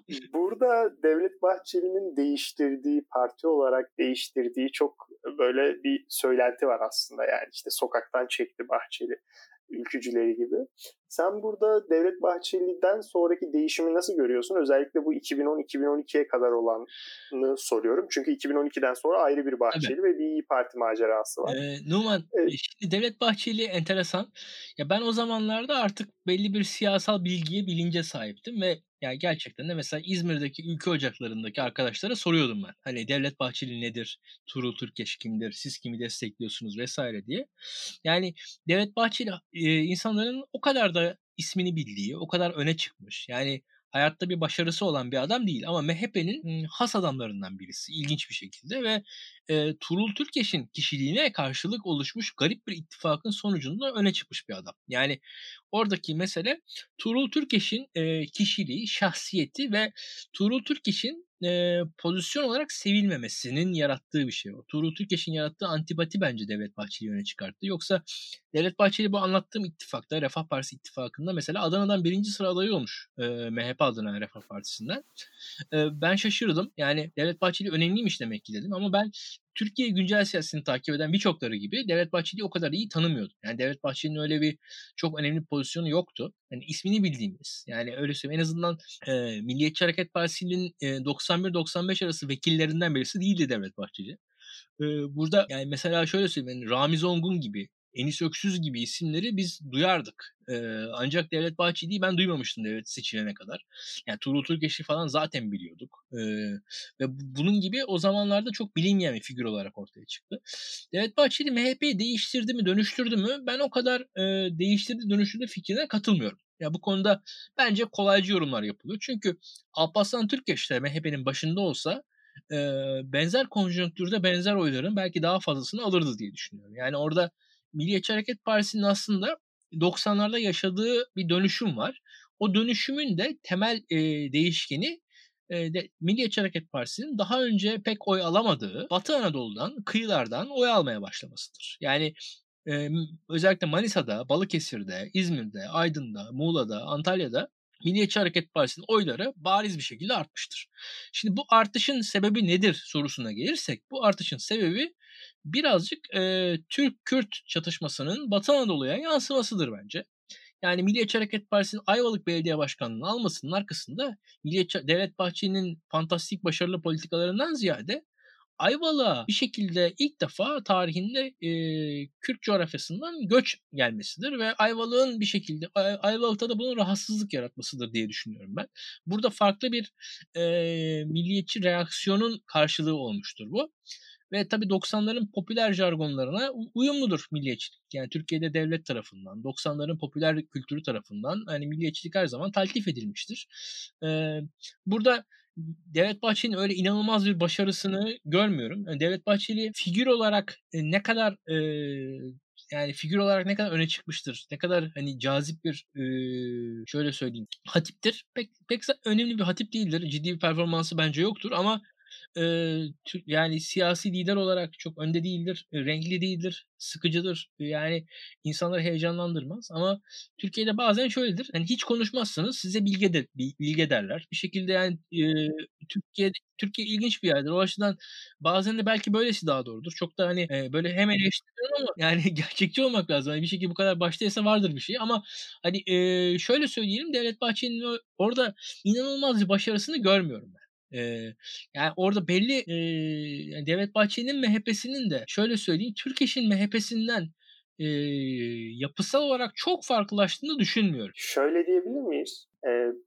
Speaker 2: Burada Devlet Bahçeli'nin değiştirdiği, parti olarak değiştirdiği çok böyle bir söylenti var aslında. Yani işte sokaktan çekti Bahçeli ülkücüleri gibi. Sen burada Devlet Bahçeli'den sonraki değişimi nasıl görüyorsun? Özellikle bu iki bin on iki bin on ikiye kadar olanı soruyorum. Çünkü iki bin on ikiden sonra ayrı bir Bahçeli
Speaker 3: Tabii.
Speaker 2: ve bir İYİ Parti macerası var.
Speaker 3: Ee, Numan,
Speaker 2: Evet.
Speaker 3: şimdi Devlet Bahçeli enteresan. Ya ben o zamanlarda artık belli bir siyasal bilgiye, bilince sahiptim ve yani gerçekten de mesela İzmir'deki ülke ocaklarındaki arkadaşlara soruyordum ben. Hani Devlet Bahçeli nedir? Tuğrul Türkeş kimdir? Siz kimi destekliyorsunuz vesaire diye. Yani Devlet Bahçeli e, insanların o kadar da ismini bildiği, o kadar öne çıkmış. Yani hayatta bir başarısı olan bir adam değil ama M H P'nin has adamlarından birisi ilginç bir şekilde ve e, Tuğrul Türkeş'in kişiliğine karşılık oluşmuş garip bir ittifakın sonucunda öne çıkmış bir adam. Yani oradaki mesele Tuğrul Türkeş'in e, kişiliği, şahsiyeti ve Tuğrul Türkeş'in e, pozisyon olarak sevilmemesinin yarattığı bir şey o. Tuğrul Türkeş'in yarattığı antipati bence Devlet Bahçeli'yi öne çıkarttı. Yoksa Devlet Bahçeli bu anlattığım ittifakta, Refah Partisi ittifakında mesela Adana'dan birinci sıra adayı olmuş e, M H P adına Refah Partisi'nden. E, ben şaşırdım. Yani Devlet Bahçeli önemliymiş demek ki dedim ama ben Türkiye güncel siyasetini takip eden birçokları gibi Devlet Bahçeli'yi o kadar iyi tanımıyordum. Yani Devlet Bahçeli'nin öyle bir çok önemli bir pozisyonu yoktu. Yani ismini bildiğimiz. Yani öyle söyleyeyim. En azından e, Milliyetçi Hareket Partisi'nin e, doksan bir doksan beş arası vekillerinden birisi değildi Devlet Bahçeli. E, burada yani mesela şöyle söyleyeyim. Yani Ramiz Ongun gibi, Enis Öksüz gibi isimleri biz duyardık. Ee, ancak Devlet Bahçeli'yi ben duymamıştım devlet seçilene kadar. Yani Tuğrul Türkeş'i falan zaten biliyorduk. Ee, ve bunun gibi o zamanlarda çok bilinmeyen bir figür olarak ortaya çıktı. Devlet Bahçeli M H P'yi değiştirdi mi, dönüştürdü mü? Ben o kadar e, değiştirdi, dönüştürdü fikrine katılmıyorum. Ya bu konuda bence kolaycı yorumlar yapılıyor. Çünkü Alparslan Türkeş de M H P'nin başında olsa e, benzer konjonktürde benzer oyların belki daha fazlasını alırdı diye düşünüyorum. Yani orada Milliyetçi Hareket Partisi'nin aslında doksanlarda yaşadığı bir dönüşüm var. O dönüşümün de temel e, değişkeni e, de, Milliyetçi Hareket Partisi'nin daha önce pek oy alamadığı Batı Anadolu'dan, kıyılardan oy almaya başlamasıdır. Yani e, özellikle Manisa'da, Balıkesir'de, İzmir'de, Aydın'da, Muğla'da, Antalya'da Milliyetçi Hareket Partisi'nin oyları bariz bir şekilde artmıştır. Şimdi bu artışın sebebi nedir sorusuna gelirsek, bu artışın sebebi birazcık e, Türk-Kürt çatışmasının Batı Anadolu'ya yansımasıdır bence. Yani Milliyetçi Hareket Partisi'nin Ayvalık Belediye Başkanlığı'nı almasının arkasında Milliyetçi, Devlet Bahçeli'nin fantastik başarılı politikalarından ziyade Ayvalık'a bir şekilde ilk defa tarihinde e, Kürt coğrafyasından göç gelmesidir ve Ayvalık'ın bir şekilde Ay- Ayvalık'ta da bunun rahatsızlık yaratmasıdır diye düşünüyorum ben. Burada farklı bir e, milliyetçi reaksiyonun karşılığı olmuştur bu. Ve tabii doksanların popüler jargonlarına uyumludur milliyetçilik. Yani Türkiye'de devlet tarafından, doksanların popüler kültürü tarafından hani milliyetçilik her zaman taltif edilmiştir. Ee, burada Devlet Bahçeli'nin öyle inanılmaz bir başarısını görmüyorum. Yani Devlet Bahçeli figür olarak e, ne kadar e, yani figür olarak ne kadar öne çıkmıştır, ne kadar hani cazip bir e, şöyle söyleyeyim hatiptir. Pek pek önemli bir hatip değildir. Ciddi bir performansı bence yoktur ama e, yani siyasi lider olarak çok önde değildir, renkli değildir, sıkıcıdır. Yani insanları heyecanlandırmaz ama Türkiye'de bazen şöyledir. Yani hiç konuşmazsanız size bilge de bilge derler. Bir şekilde yani e, Türkiye Türkiye ilginç bir yerdir. O açıdan bazen de belki böylesi daha doğrudur. Çok da hani e, böyle hem eleştiriyorum ama yani gerçekçi olmak lazım. Yani bir şekilde bu kadar baştaysa vardır bir şey ama hani e, şöyle söyleyelim Devlet Bahçeli'nin orada inanılmaz bir başarısını görmüyorum ben. Ee, yani orada belli e, yani Devlet Bahçeli'nin M H P'sinin de şöyle söyleyeyim Türkeş'in M H P'sinden e, yapısal olarak çok farklılaştığını düşünmüyorum.
Speaker 2: Şöyle diyebilir miyiz? Ee,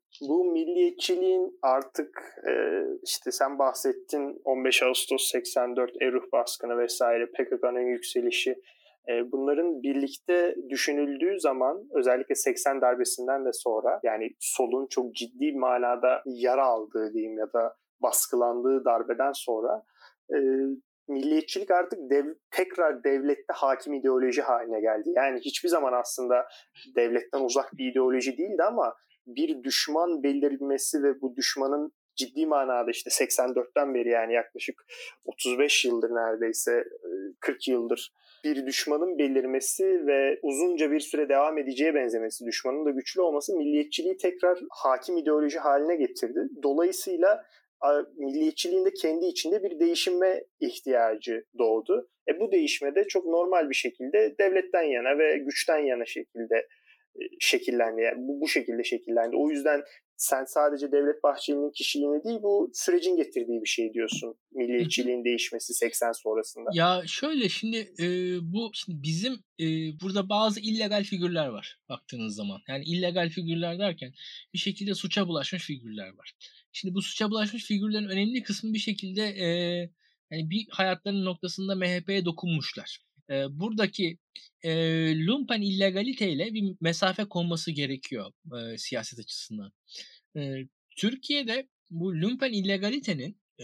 Speaker 2: Bu milliyetçiliğin artık e, işte sen bahsettin on beş Ağustos seksen dört Eruh baskını vesaire, P K K'nın yükselişi, e, bunların birlikte düşünüldüğü zaman özellikle seksen darbesinden de sonra, yani solun çok ciddi manada yara aldığı diyeyim ya da baskılandığı darbeden sonra e, milliyetçilik artık dev, tekrar devlette hakim ideoloji haline geldi. Yani hiçbir zaman aslında devletten uzak bir ideoloji değildi ama bir düşman belirlenmesi ve bu düşmanın ciddi manada işte seksen dörtten beri, yani yaklaşık otuz beş yıldır, neredeyse kırk yıldır bir düşmanın belirmesi ve uzunca bir süre devam edeceğe benzemesi, düşmanın da güçlü olması milliyetçiliği tekrar hakim ideoloji haline getirdi. Dolayısıyla milliyetçiliğin de kendi içinde bir değişime ihtiyacı doğdu. E bu değişme de çok normal bir şekilde devletten yana ve güçten yana şekilde şekillendi. Yani bu, bu şekilde şekillendi. O yüzden sen sadece Devlet Bahçeli'nin kişiliğini değil, bu sürecin getirdiği bir şey diyorsun. Milliyetçiliğin değişmesi seksen sonrasında.
Speaker 3: Ya şöyle şimdi e, bu şimdi bizim e, burada bazı illegal figürler var baktığınız zaman. Yani illegal figürler derken bir şekilde suça bulaşmış figürler var. Şimdi bu suça bulaşmış figürlerin önemli kısmı bir şekilde e, yani bir hayatlarının noktasında M H P'ye dokunmuşlar. E, buradaki e, lumpen illegaliteyle bir mesafe konması gerekiyor e, siyaset açısından. E, Türkiye'de bu lumpen illegalitenin e,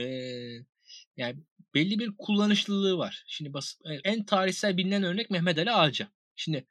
Speaker 3: yani belli bir kullanışlılığı var. Şimdi bas, en tarihsel bilinen örnek Mehmet Ali Ağca. Şimdi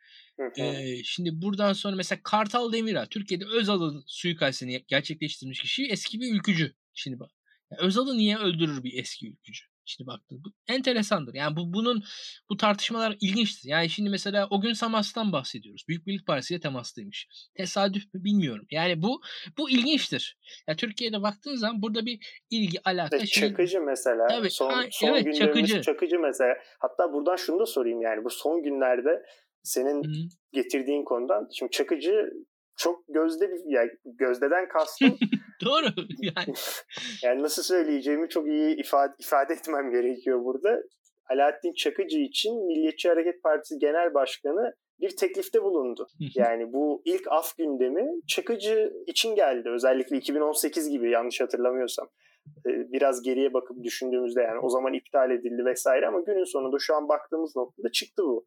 Speaker 3: e, şimdi buradan sonra mesela Kartal Demirağ, Türkiye'de Özal'ın suikastini gerçekleştirmiş kişi eski bir ülkücü. Şimdi bak. Yani Özal'ı niye öldürür bir eski ülkücü? Şimdi baktığında bu enteresandır. Yani bu bunun bu tartışmalar ilginçtir. Yani şimdi mesela o gün Samas'tan bahsediyoruz. Büyük Birlik Partisi ile temastaymış. Tesadüf mü bilmiyorum. Yani bu bu ilginçtir. Ya Türkiye'de baktığın zaman burada bir ilgi, alaka
Speaker 2: şey. Çakıcı mesela.
Speaker 3: Tabii,
Speaker 2: son
Speaker 3: ha,
Speaker 2: son
Speaker 3: evet,
Speaker 2: gündemimiz
Speaker 3: Çakıcı.
Speaker 2: Çakıcı mesela. Hatta buradan şunu da sorayım, yani bu son günlerde senin Hı-hı. getirdiğin konudan. Şimdi Çakıcı çok gözde bir, yani gözdeden kastım.
Speaker 3: Doğru. Yani.
Speaker 2: Yani nasıl söyleyeceğimi çok iyi ifade, ifade etmem gerekiyor burada. Alaaddin Çakıcı için Milliyetçi Hareket Partisi Genel Başkanı bir teklifte bulundu. Yani bu ilk af gündemi Çakıcı için geldi. Özellikle iki bin on sekiz gibi, yanlış hatırlamıyorsam. Biraz geriye bakıp düşündüğümüzde, yani o zaman iptal edildi vesaire ama günün sonunda şu an baktığımız noktada çıktı bu.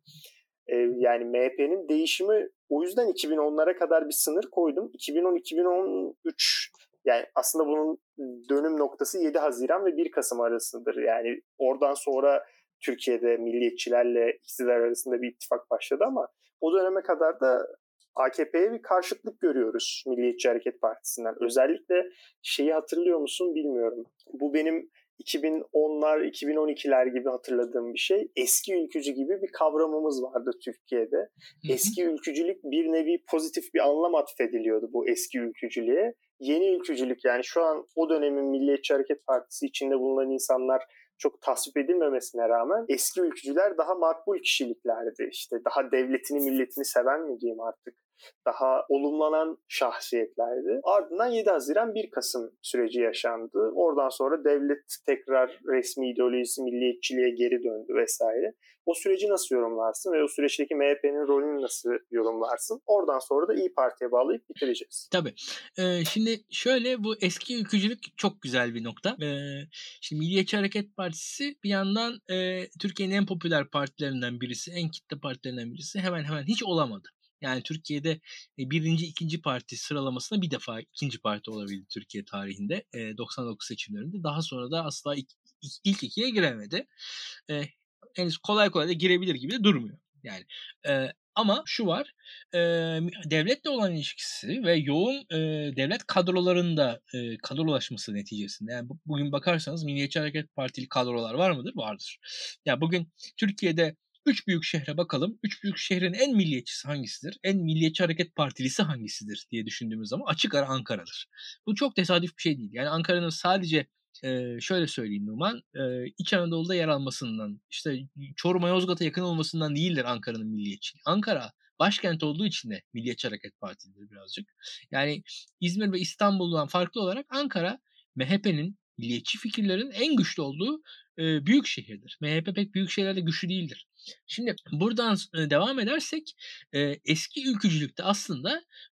Speaker 2: Yani M H P'nin değişimi, o yüzden iki bin onlara kadar bir sınır koydum. iki bin on iki bin on üç, yani aslında bunun dönüm noktası yedi Haziran ve bir Kasım arasındadır. Yani oradan sonra Türkiye'de milliyetçilerle iktidar arasında bir ittifak başladı ama o döneme kadar da A K P'ye bir karşıtlık görüyoruz Milliyetçi Hareket Partisi'nden. Özellikle şeyi hatırlıyor musun bilmiyorum. Bu benim iki bin onlar, iki bin on ikiler gibi hatırladığım bir şey. Eski ülkücü gibi bir kavramımız vardı Türkiye'de. Hı hı. Eski ülkücülük bir nevi pozitif bir anlam atfediliyordu bu eski ülkücülüğe. Yeni ülkücülük, yani şu an o dönemin Milliyetçi Hareket Partisi içinde bulunan insanlar çok tasvip edilmemesine rağmen eski ülkücüler daha makbul kişiliklerdi. İşte daha devletini, milletini seven mi diyeyim artık, daha olumlanan şahsiyetlerdi. Ardından yedi Haziran bir Kasım süreci yaşandı. Oradan sonra devlet tekrar resmi ideolojisi milliyetçiliğe geri döndü vesaire. O süreci nasıl yorumlarsın ve o süreçteki M H P'nin rolünü nasıl yorumlarsın? Oradan sonra da İYİ Parti'ye bağlayıp bitireceğiz.
Speaker 3: Tabii. Ee, şimdi şöyle, bu eski ülkücülük çok güzel bir nokta. Ee, şimdi Milliyetçi Hareket Partisi bir yandan e, Türkiye'nin en popüler partilerinden birisi, en kitle partilerinden birisi, hemen hemen hiç olamadı. Yani Türkiye'de birinci, ikinci parti sıralamasında bir defa ikinci parti olabildi Türkiye tarihinde e, doksan dokuz seçimlerinde. Daha sonra da asla ilk, ilk ikiye giremedi. E, henüz kolay kolay da girebilir gibi de durmuyor. Yani e, ama şu var, e, devletle olan ilişkisi ve yoğun e, devlet kadrolarında e, kadrolaşması neticesinde. Yani bu, bugün bakarsanız Milliyetçi Hareket Partili kadrolar var mıdır? Vardır. Ya yani bugün Türkiye'de üç büyük şehre bakalım. Üç büyük şehrin en milliyetçisi hangisidir? En Milliyetçi Hareket Partilisi hangisidir diye düşündüğümüz zaman açık ara Ankara'dır. Bu çok tesadüf bir şey değil. Yani Ankara'nın sadece e, şöyle söyleyeyim Numan, e, İç Anadolu'da yer almasından, işte Çorum'a, Yozgat'a yakın olmasından değildir Ankara'nın milliyetçiliği. Ankara başkent olduğu için de Milliyetçi Hareket Partisi'dir birazcık. Yani İzmir ve İstanbul'dan farklı olarak Ankara M H P'nin, milliyetçi fikirlerin en güçlü olduğu e, büyük şehirdir. M H P pek büyük şehirlerde güçlü değildir. Şimdi buradan e, devam edersek e, eski ülkücülükte aslında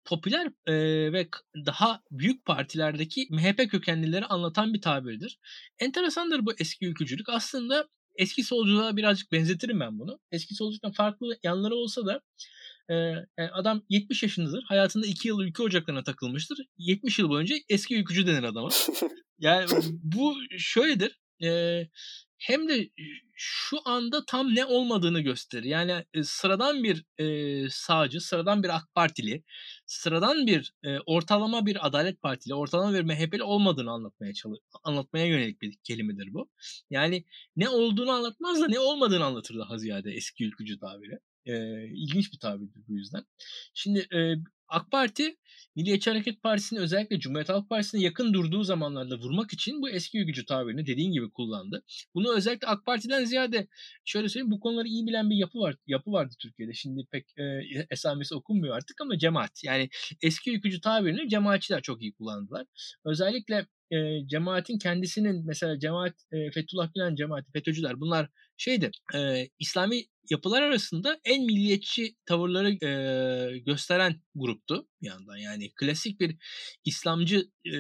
Speaker 3: popüler e, ve daha büyük partilerdeki M H P kökenlileri anlatan bir tabirdir. Enteresandır bu eski ülkücülük. Aslında eski solculuğa birazcık benzetirim ben bunu. Eski solculuktan farklı yanları olsa da e, yani adam yetmiş yaşındadır. Hayatında iki yıl ülke ocaklarına takılmıştır. yetmiş yıl boyunca eski ülkücü denir adama. Yani bu şöyledir. E, hem de şu anda tam ne olmadığını gösterir. Yani e, sıradan bir e, sağcı, sıradan bir AK Partili, sıradan bir e, ortalama bir Adalet Partili, ortalama bir M H P'li olmadığını anlatmaya çalış anlatmaya yönelik bir kelimedir bu. Yani ne olduğunu anlatmaz da ne olmadığını anlatır daha ziyade eski ülkücü tabiri. E, ilginç bir tabirdir bu yüzden. Şimdi e, AK Parti Milliyetçi Hareket Partisi'nin özellikle Cumhuriyet Halk Partisi'ne yakın durduğu zamanlarda vurmak için bu eski ülkücü tabirini dediğin gibi kullandı. Bunu özellikle AK Parti'den ziyade şöyle söyleyeyim, bu konuları iyi bilen bir yapı var yapı vardı Türkiye'de. Şimdi pek e, esamesi okunmuyor artık ama cemaat. Yani eski ülkücü tabirini cemaatçiler çok iyi kullandılar. Özellikle e, cemaatin kendisinin mesela cemaat e, Fethullah Gülen cemaati, FETÖ'cüler bunlar şeydi e, İslami yapılar arasında en milliyetçi tavırları e, gösteren gruptu bir yandan. Yani klasik bir İslamcı e,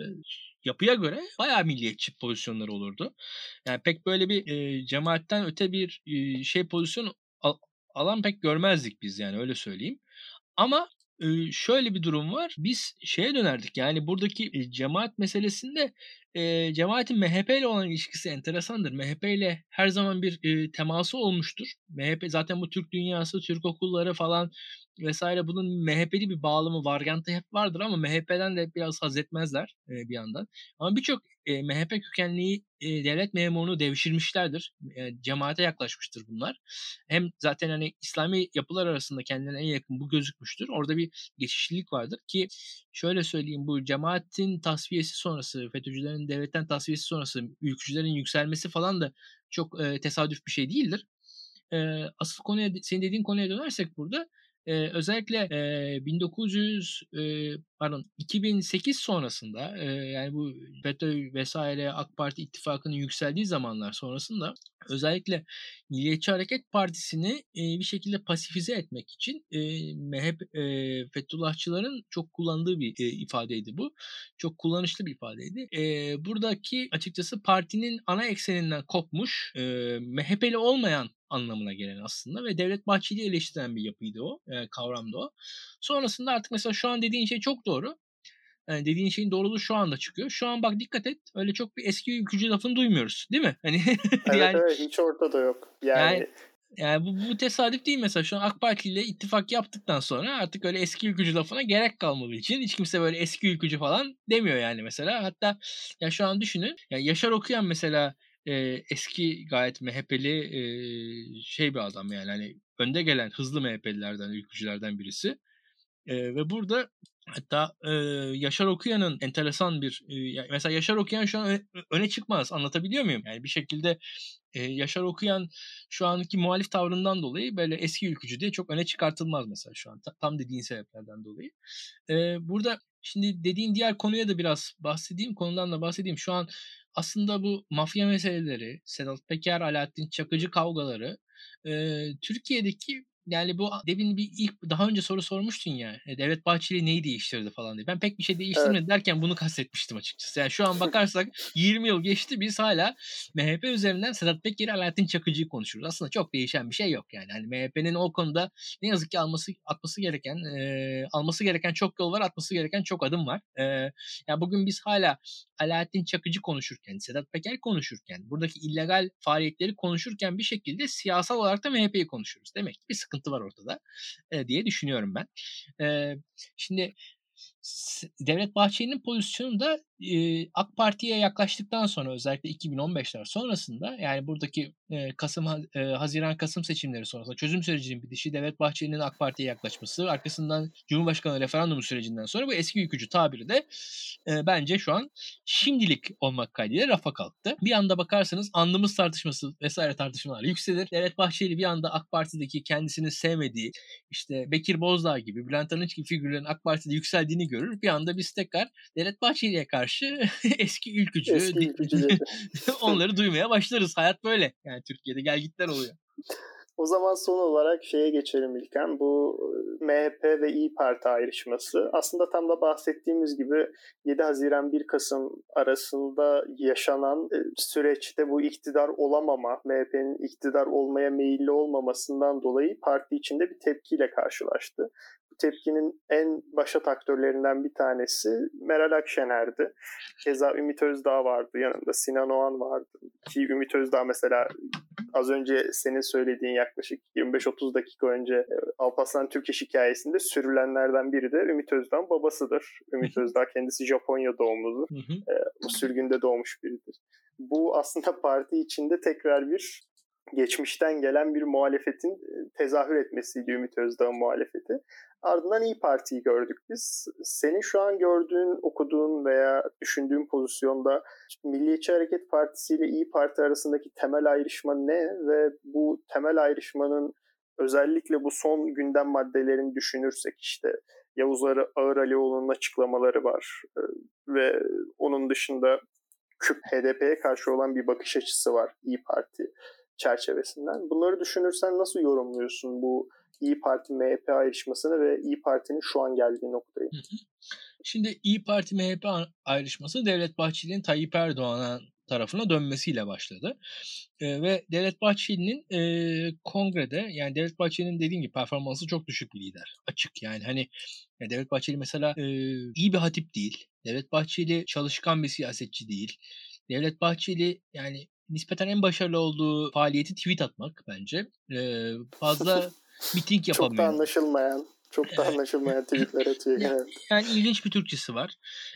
Speaker 3: yapıya göre bayağı milliyetçi pozisyonları olurdu. Yani pek böyle bir e, cemaatten öte bir e, şey pozisyon al, alan pek görmezdik biz, yani öyle söyleyeyim. Ama e, şöyle bir durum var. Biz şeye dönerdik, yani buradaki e, cemaat meselesinde e, cemaatin M H P ile olan ilişkisi enteresandır. M H P ile her zaman bir e, teması olmuştur. M H P zaten bu Türk dünyası, Türk okulları falan vesaire, bunun M H P'li bir bağlamı, varyantı hep vardır ama M H P'den de biraz haz etmezler e, bir yandan. Ama birçok e, M H P kökenli e, devlet memurunu devşirmişlerdir. E, cemaate yaklaşmıştır bunlar. Hem zaten hani İslami yapılar arasında kendilerine en yakın bu gözükmüştür. Orada bir geçişlilik vardır ki şöyle söyleyeyim, bu cemaatin tasfiyesi sonrası, FETÖ'cülerin devletten tasfiyesi sonrası ülkücülerin yükselmesi falan da çok e, tesadüf bir şey değildir. E, asıl konuya, senin dediğin konuya dönersek burada e, özellikle e, bin dokuz yüz e, pardon iki bin sekiz sonrasında e, yani bu FETÖ vesaire AK Parti ittifakının yükseldiği zamanlar sonrasında özellikle Milliyetçi Hareket Partisi'ni e, bir şekilde pasifize etmek için e, M H P e, Fethullahçıların çok kullandığı bir e, ifadeydi bu. Çok kullanışlı bir ifadeydi. E, buradaki açıkçası partinin ana ekseninden kopmuş, e, M H P'li olmayan anlamına gelen aslında ve Devlet Bahçeli'yi eleştiren bir yapıydı o, e, kavramdı o. Sonrasında artık mesela şu an dediğin şey çok doğru. Yani dediğin şeyin doğruluğu şu anda çıkıyor. Şu an bak dikkat et, öyle çok bir eski ülkücü lafını duymuyoruz, değil mi? Hani
Speaker 2: evet
Speaker 3: yani,
Speaker 2: evet, hiç ortada yok. Yani
Speaker 3: yani yani bu, bu tesadüf değil mesela. Şu an AK Parti ile ittifak yaptıktan sonra artık öyle eski ülkücü lafına gerek kalmadığı için hiç kimse böyle eski ülkücü falan demiyor yani mesela. Hatta ya şu an düşünün, ya Yaşar Okuyan mesela e, eski gayet M H P'li e, şey bir adam, yani hani önde gelen hızlı M H P'lilerden, ülkücülerden birisi. E, ve burada hatta e, Yaşar Okuyan'ın enteresan bir e, mesela Yaşar Okuyan şu an öne, öne çıkmaz, anlatabiliyor muyum? Yani bir şekilde e, Yaşar Okuyan şu anki muhalif tavrından dolayı böyle eski ülkücü diye çok öne çıkartılmaz mesela şu an. Tam dediğin sebeplerden dolayı. E, burada şimdi dediğin diğer konuya da biraz bahsedeyim. Konudan da bahsedeyim. Şu an aslında bu mafya meseleleri, Sedat Peker, Alaaddin Çakıcı kavgaları e, Türkiye'deki, yani bu demin bir ilk daha önce soru sormuştun ya, Devlet Bahçeli neyi değiştirdi falan diye. Ben pek bir şey değiştirmedi evet. derken bunu kastetmiştim açıkçası. Yani şu an bakarsak yirmi yıl geçti, biz hala M H P üzerinden Sedat Peker'i, Alaaddin Çakıcı'yı konuşuyoruz. Aslında çok değişen bir şey yok yani. Hani M H P'nin o konuda ne yazık ki alması atması gereken e, alması gereken çok yol var, atması gereken çok adım var. E, yani bugün biz hala Alaaddin Çakıcı konuşurken, Sedat Peker konuşurken, buradaki illegal faaliyetleri konuşurken bir şekilde siyasal olarak da M H P'yi konuşuyoruz. Demek ki bir sıkıntı var ortada e, diye düşünüyorum ben. E, şimdi Devlet Bahçeli'nin pozisyonu da e, AK Parti'ye yaklaştıktan sonra, özellikle iki bin on beşler sonrasında, yani buradaki e, Kasım e, Haziran-Kasım seçimleri sonrasında çözüm sürecinin bitişi, Devlet Bahçeli'nin AK Parti'ye yaklaşması, arkasından Cumhurbaşkanı referandumu sürecinden sonra bu eski ülkücü tabiri de e, bence şu an şimdilik olmak kaydıyla rafa kalktı. Bir anda bakarsanız andımız tartışması vesaire tartışmalar yükselir. Devlet Bahçeli bir anda AK Parti'deki kendisini sevmediği, işte Bekir Bozdağ gibi, Bülent Arınç gibi figürlerin AK Parti'de yükseldiğini görür. Bir anda biz tekrar Devlet Bahçeli'ye karşı eski ülkücü, eski ülkücü onları duymaya başlarız. Hayat böyle. Yani Türkiye'de gelgitler oluyor.
Speaker 2: O zaman son olarak şeye geçelim İlkan. Bu M H P ve İYİ Parti ayrışması. Aslında tam da bahsettiğimiz gibi yedi Haziran bir Kasım arasında yaşanan süreçte bu iktidar olamama, M H P'nin iktidar olmaya meyilli olmamasından dolayı parti içinde bir tepkiyle karşılaştı. Bu tepkinin en başat aktörlerinden bir tanesi Meral Akşener'di. Keza Ümit Özdağ vardı yanında, Sinan Oğan vardı. Ki Ümit Özdağ mesela az önce senin söylediğin yaklaşık yirmi beş otuz dakika önce Alparslan Türkeş hikayesinde sürülenlerden biri de Ümit Özdağ'ın babasıdır. Ümit Özdağ kendisi Japonya doğumludur. Bu sürgünde doğmuş biridir. Bu aslında parti içinde tekrar bir geçmişten gelen bir muhalefetin tezahür etmesiydi, Ümit Özdağ'ın muhalefeti. Ardından İYİ Parti'yi gördük biz. Senin şu an gördüğün, okuduğun veya düşündüğün pozisyonda Milliyetçi Hareket Partisi ile İYİ Parti arasındaki temel ayrışma ne ve bu temel ayrışmanın özellikle bu son gündem maddelerini düşünürsek işte Yavuz Ağır Alioğlu'nun açıklamaları var ve onun dışında Kürt H D P'ye karşı olan bir bakış açısı var İYİ Parti çerçevesinden. Bunları düşünürsen nasıl yorumluyorsun bu İYİ Parti M H P ayrışmasını ve İYİ Parti'nin şu an geldiği noktayı?
Speaker 3: Şimdi İYİ Parti M H P ayrışması Devlet Bahçeli'nin Tayyip Erdoğan'a tarafına dönmesiyle başladı. E, ve Devlet Bahçeli'nin e, kongrede, yani Devlet Bahçeli'nin dediğim gibi performansı çok düşük bir lider. Açık yani hani ya Devlet Bahçeli mesela e, iyi bir hatip değil. Devlet Bahçeli çalışkan bir siyasetçi değil. Devlet Bahçeli yani nispeten en başarılı olduğu faaliyeti tweet atmak bence. E, fazla miting yapamıyor.
Speaker 2: Çok da anlaşılmayan. Çok da anlaşılmayan tweetler atıyor.
Speaker 3: Yani, yani ilginç bir Türkçesi var.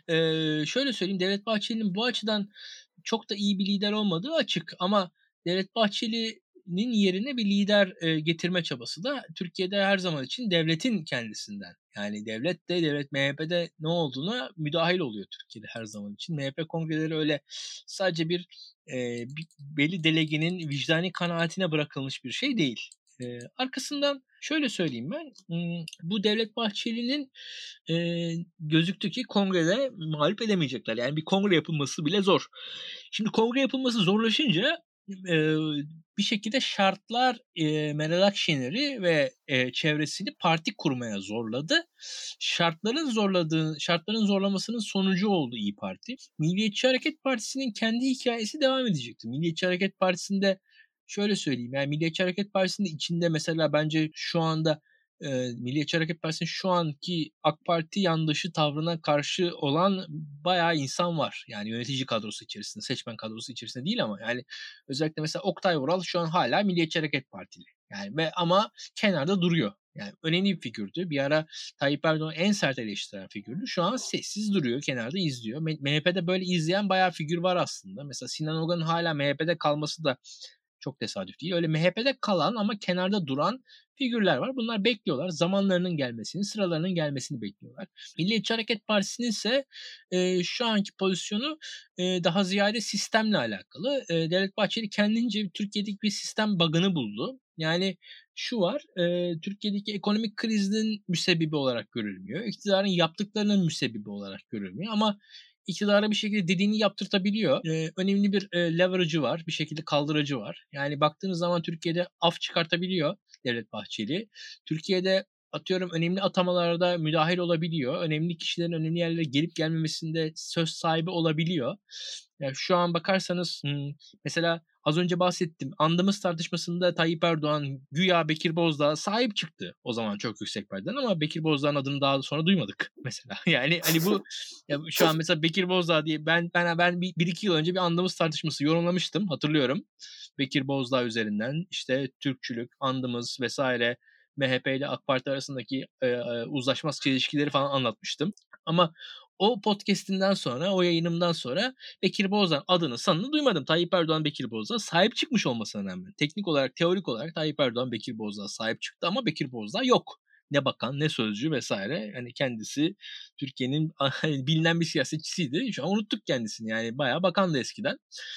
Speaker 3: Ee, şöyle söyleyeyim, Devlet Bahçeli'nin bu açıdan çok da iyi bir lider olmadığı açık. Ama Devlet Bahçeli'nin yerine bir lider e, getirme çabası da Türkiye'de her zaman için devletin kendisinden. Yani devlet de, devlet M H P'de ne olduğuna müdahil oluyor Türkiye'de her zaman için. M H P kongreleri öyle sadece bir, e, bir belli delegenin vicdani kanaatine bırakılmış bir şey değil. Ee, arkasından şöyle söyleyeyim ben, bu Devlet Bahçeli'nin e, gözüktü ki kongrede mağlup edemeyecekler. Yani bir kongre yapılması bile zor. Şimdi kongre yapılması zorlaşınca e, bir şekilde şartlar e, Meral Akşener'i ve e, çevresini parti kurmaya zorladı. Şartların zorladığı, şartların zorlamasının sonucu oldu İYİ Parti. Milliyetçi Hareket Partisi'nin kendi hikayesi devam edecekti. Milliyetçi Hareket Partisi'nde şöyle söyleyeyim, yani Milliyetçi Hareket Partisi'nin içinde mesela bence şu anda e, Milliyetçi Hareket Partisi'nin şu anki AK Parti yandaşı tavrına karşı olan bayağı insan var. Yani yönetici kadrosu içerisinde, seçmen kadrosu içerisinde değil ama yani özellikle mesela Oktay Vural şu an hala Milliyetçi Hareket Partili. Yani ve ama kenarda duruyor. Yani önemli bir figürdü. Bir ara Tayyip Erdoğan en sert eleştiren figürdü. Şu an sessiz duruyor, kenarda izliyor. M H P'de böyle izleyen bayağı figür var aslında. Mesela Sinan Ogan'ın hala M H P'de kalması da çok tesadüf değil. Öyle M H P'de kalan ama kenarda duran figürler var. Bunlar bekliyorlar. Zamanlarının gelmesini, sıralarının gelmesini bekliyorlar. Milliyetçi Hareket Partisi'nin ise e, şu anki pozisyonu e, daha ziyade sistemle alakalı. E, Devlet Bahçeli kendince Türkiye'deki bir sistem bug'ını buldu. Yani şu var, e, Türkiye'deki ekonomik krizin müsebbibi olarak görülmüyor. İktidarın yaptıklarının müsebbibi olarak görülmüyor ama iktidara bir şekilde dediğini yaptırtabiliyor. Ee, önemli bir e, leverage'ı var. Bir şekilde kaldırıcı var. Yani baktığınız zaman Türkiye'de af çıkartabiliyor Devlet Bahçeli. Türkiye'de atıyorum önemli atamalarda müdahil olabiliyor. Önemli kişilerin önemli yerlere gelip gelmemesinde söz sahibi olabiliyor. Yani şu an bakarsanız mesela az önce bahsettim. Andımız tartışmasında Tayyip Erdoğan güya Bekir Bozdağ'a sahip çıktı. O zaman çok yüksek perdeden ama Bekir Bozdağ'ın adını daha sonra duymadık mesela. Yani hani bu ya şu an mesela Bekir Bozdağ diye ben ben ben bir, bir iki yıl önce bir andımız tartışması yorumlamıştım, hatırlıyorum. Bekir Bozdağ üzerinden işte Türkçülük, andımız vesaire, M H P ile AK Parti arasındaki e, uzlaşmaz çelişkileri falan anlatmıştım. Ama o podcast'inden sonra, o yayınımdan sonra Bekir Bozdağ'ın adını, sanını duymadım. Tayyip Erdoğan Bekir Bozdağ'a sahip çıkmış olmasına rağmen. Teknik olarak, teorik olarak Tayyip Erdoğan Bekir Bozdağ'a sahip çıktı ama Bekir Bozdağ yok. Ne bakan, ne sözcü vesaire. Yani kendisi Türkiye'nin bilinen bir siyasetçisiydi. Şu an unuttuk kendisini. Yani bayağı bakandı eskiden.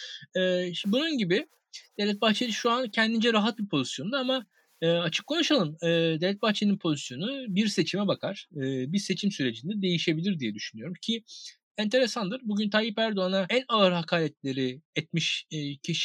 Speaker 3: Ee, şimdi bunun gibi Devlet Bahçeli şu an kendince rahat bir pozisyonda ama E, açık konuşalım. E, Devlet Bahçeli'nin pozisyonu bir seçime bakar. E, bir seçim sürecinde değişebilir diye düşünüyorum ki enteresandır. Bugün Tayyip Erdoğan'a en ağır hakaretleri etmiş e, kişi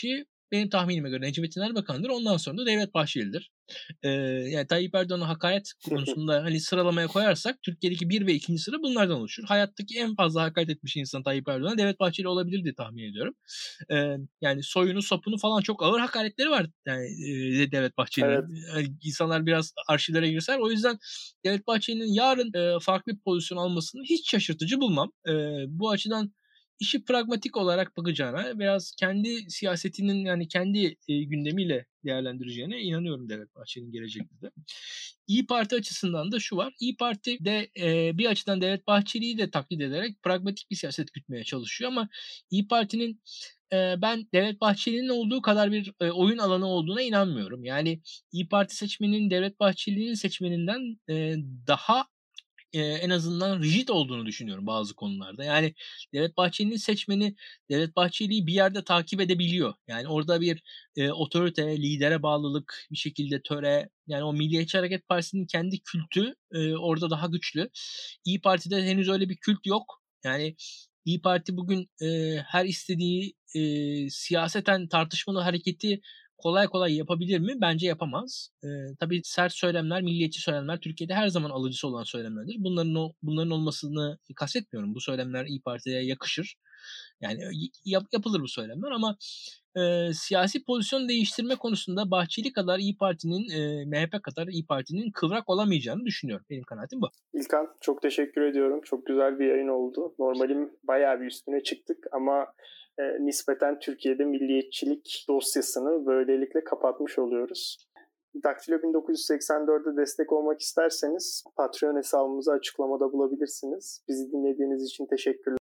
Speaker 3: benim tahminime göre Necmettin Erbakan'dır. Ondan sonra da Devlet Bahçeli'dir. Ee, yani Tayyip Erdoğan'a hakaret konusunda hani sıralamaya koyarsak Türkiye'deki bir ve ikinci sıra bunlardan oluşur. Hayattaki en fazla hakaret etmiş insan Tayyip Erdoğan'a Devlet Bahçeli olabilir diye tahmin ediyorum. Ee, yani soyunu, sapını falan çok ağır hakaretleri var yani e, Devlet Bahçeli'nin.
Speaker 2: Evet.
Speaker 3: Yani insanlar biraz arşivlere girser. O yüzden Devlet Bahçeli'nin yarın e, farklı bir pozisyon almasını hiç şaşırtıcı bulmam. E, bu açıdan işi pragmatik olarak bakacağına, biraz kendi siyasetinin yani kendi e, gündemiyle değerlendireceğine inanıyorum Devlet Bahçeli'nin gelecekte de. İyi Parti açısından da şu var. İyi Parti de e, bir açıdan Devlet Bahçeli'yi de taklit ederek pragmatik bir siyaset gütmeye çalışıyor ama İyi Parti'nin e, ben Devlet Bahçeli'nin olduğu kadar bir e, oyun alanı olduğuna inanmıyorum. Yani İyi Parti seçmeninin Devlet Bahçeli'nin seçmeninden e, daha e, en azından rigid olduğunu düşünüyorum bazı konularda. Yani Devlet Bahçeli'nin seçmeni Devlet Bahçeli'yi bir yerde takip edebiliyor. Yani orada bir e, otorite, lidere bağlılık, bir şekilde töre, yani o Milliyetçi Hareket Partisi'nin kendi kültü e, orada daha güçlü. İyi Parti'de henüz öyle bir kült yok. Yani İyi Parti bugün e, her istediği e, siyaseten tartışmalı hareketi kolay kolay yapabilir mi? Bence yapamaz. Ee, tabii sert söylemler, milliyetçi söylemler Türkiye'de her zaman alıcısı olan söylemlerdir. Bunların o, bunların olmasını kastetmiyorum. Bu söylemler İyi Parti'ye yakışır. Yani yap, yapılır bu söylemler ama e, siyasi pozisyon değiştirme konusunda Bahçeli kadar İyi Parti'nin, e, M H P kadar İyi Parti'nin kıvrak olamayacağını düşünüyorum. Benim kanaatim bu.
Speaker 2: İlkan, çok teşekkür ediyorum. Çok güzel bir yayın oldu. Normalim bayağı bir üstüne çıktık ama e, nispeten Türkiye'de milliyetçilik dosyasını böylelikle kapatmış oluyoruz. Daktilo bin dokuz yüz seksen dörde destek olmak isterseniz Patreon hesabımızı açıklamada bulabilirsiniz. Bizi dinlediğiniz için teşekkürler.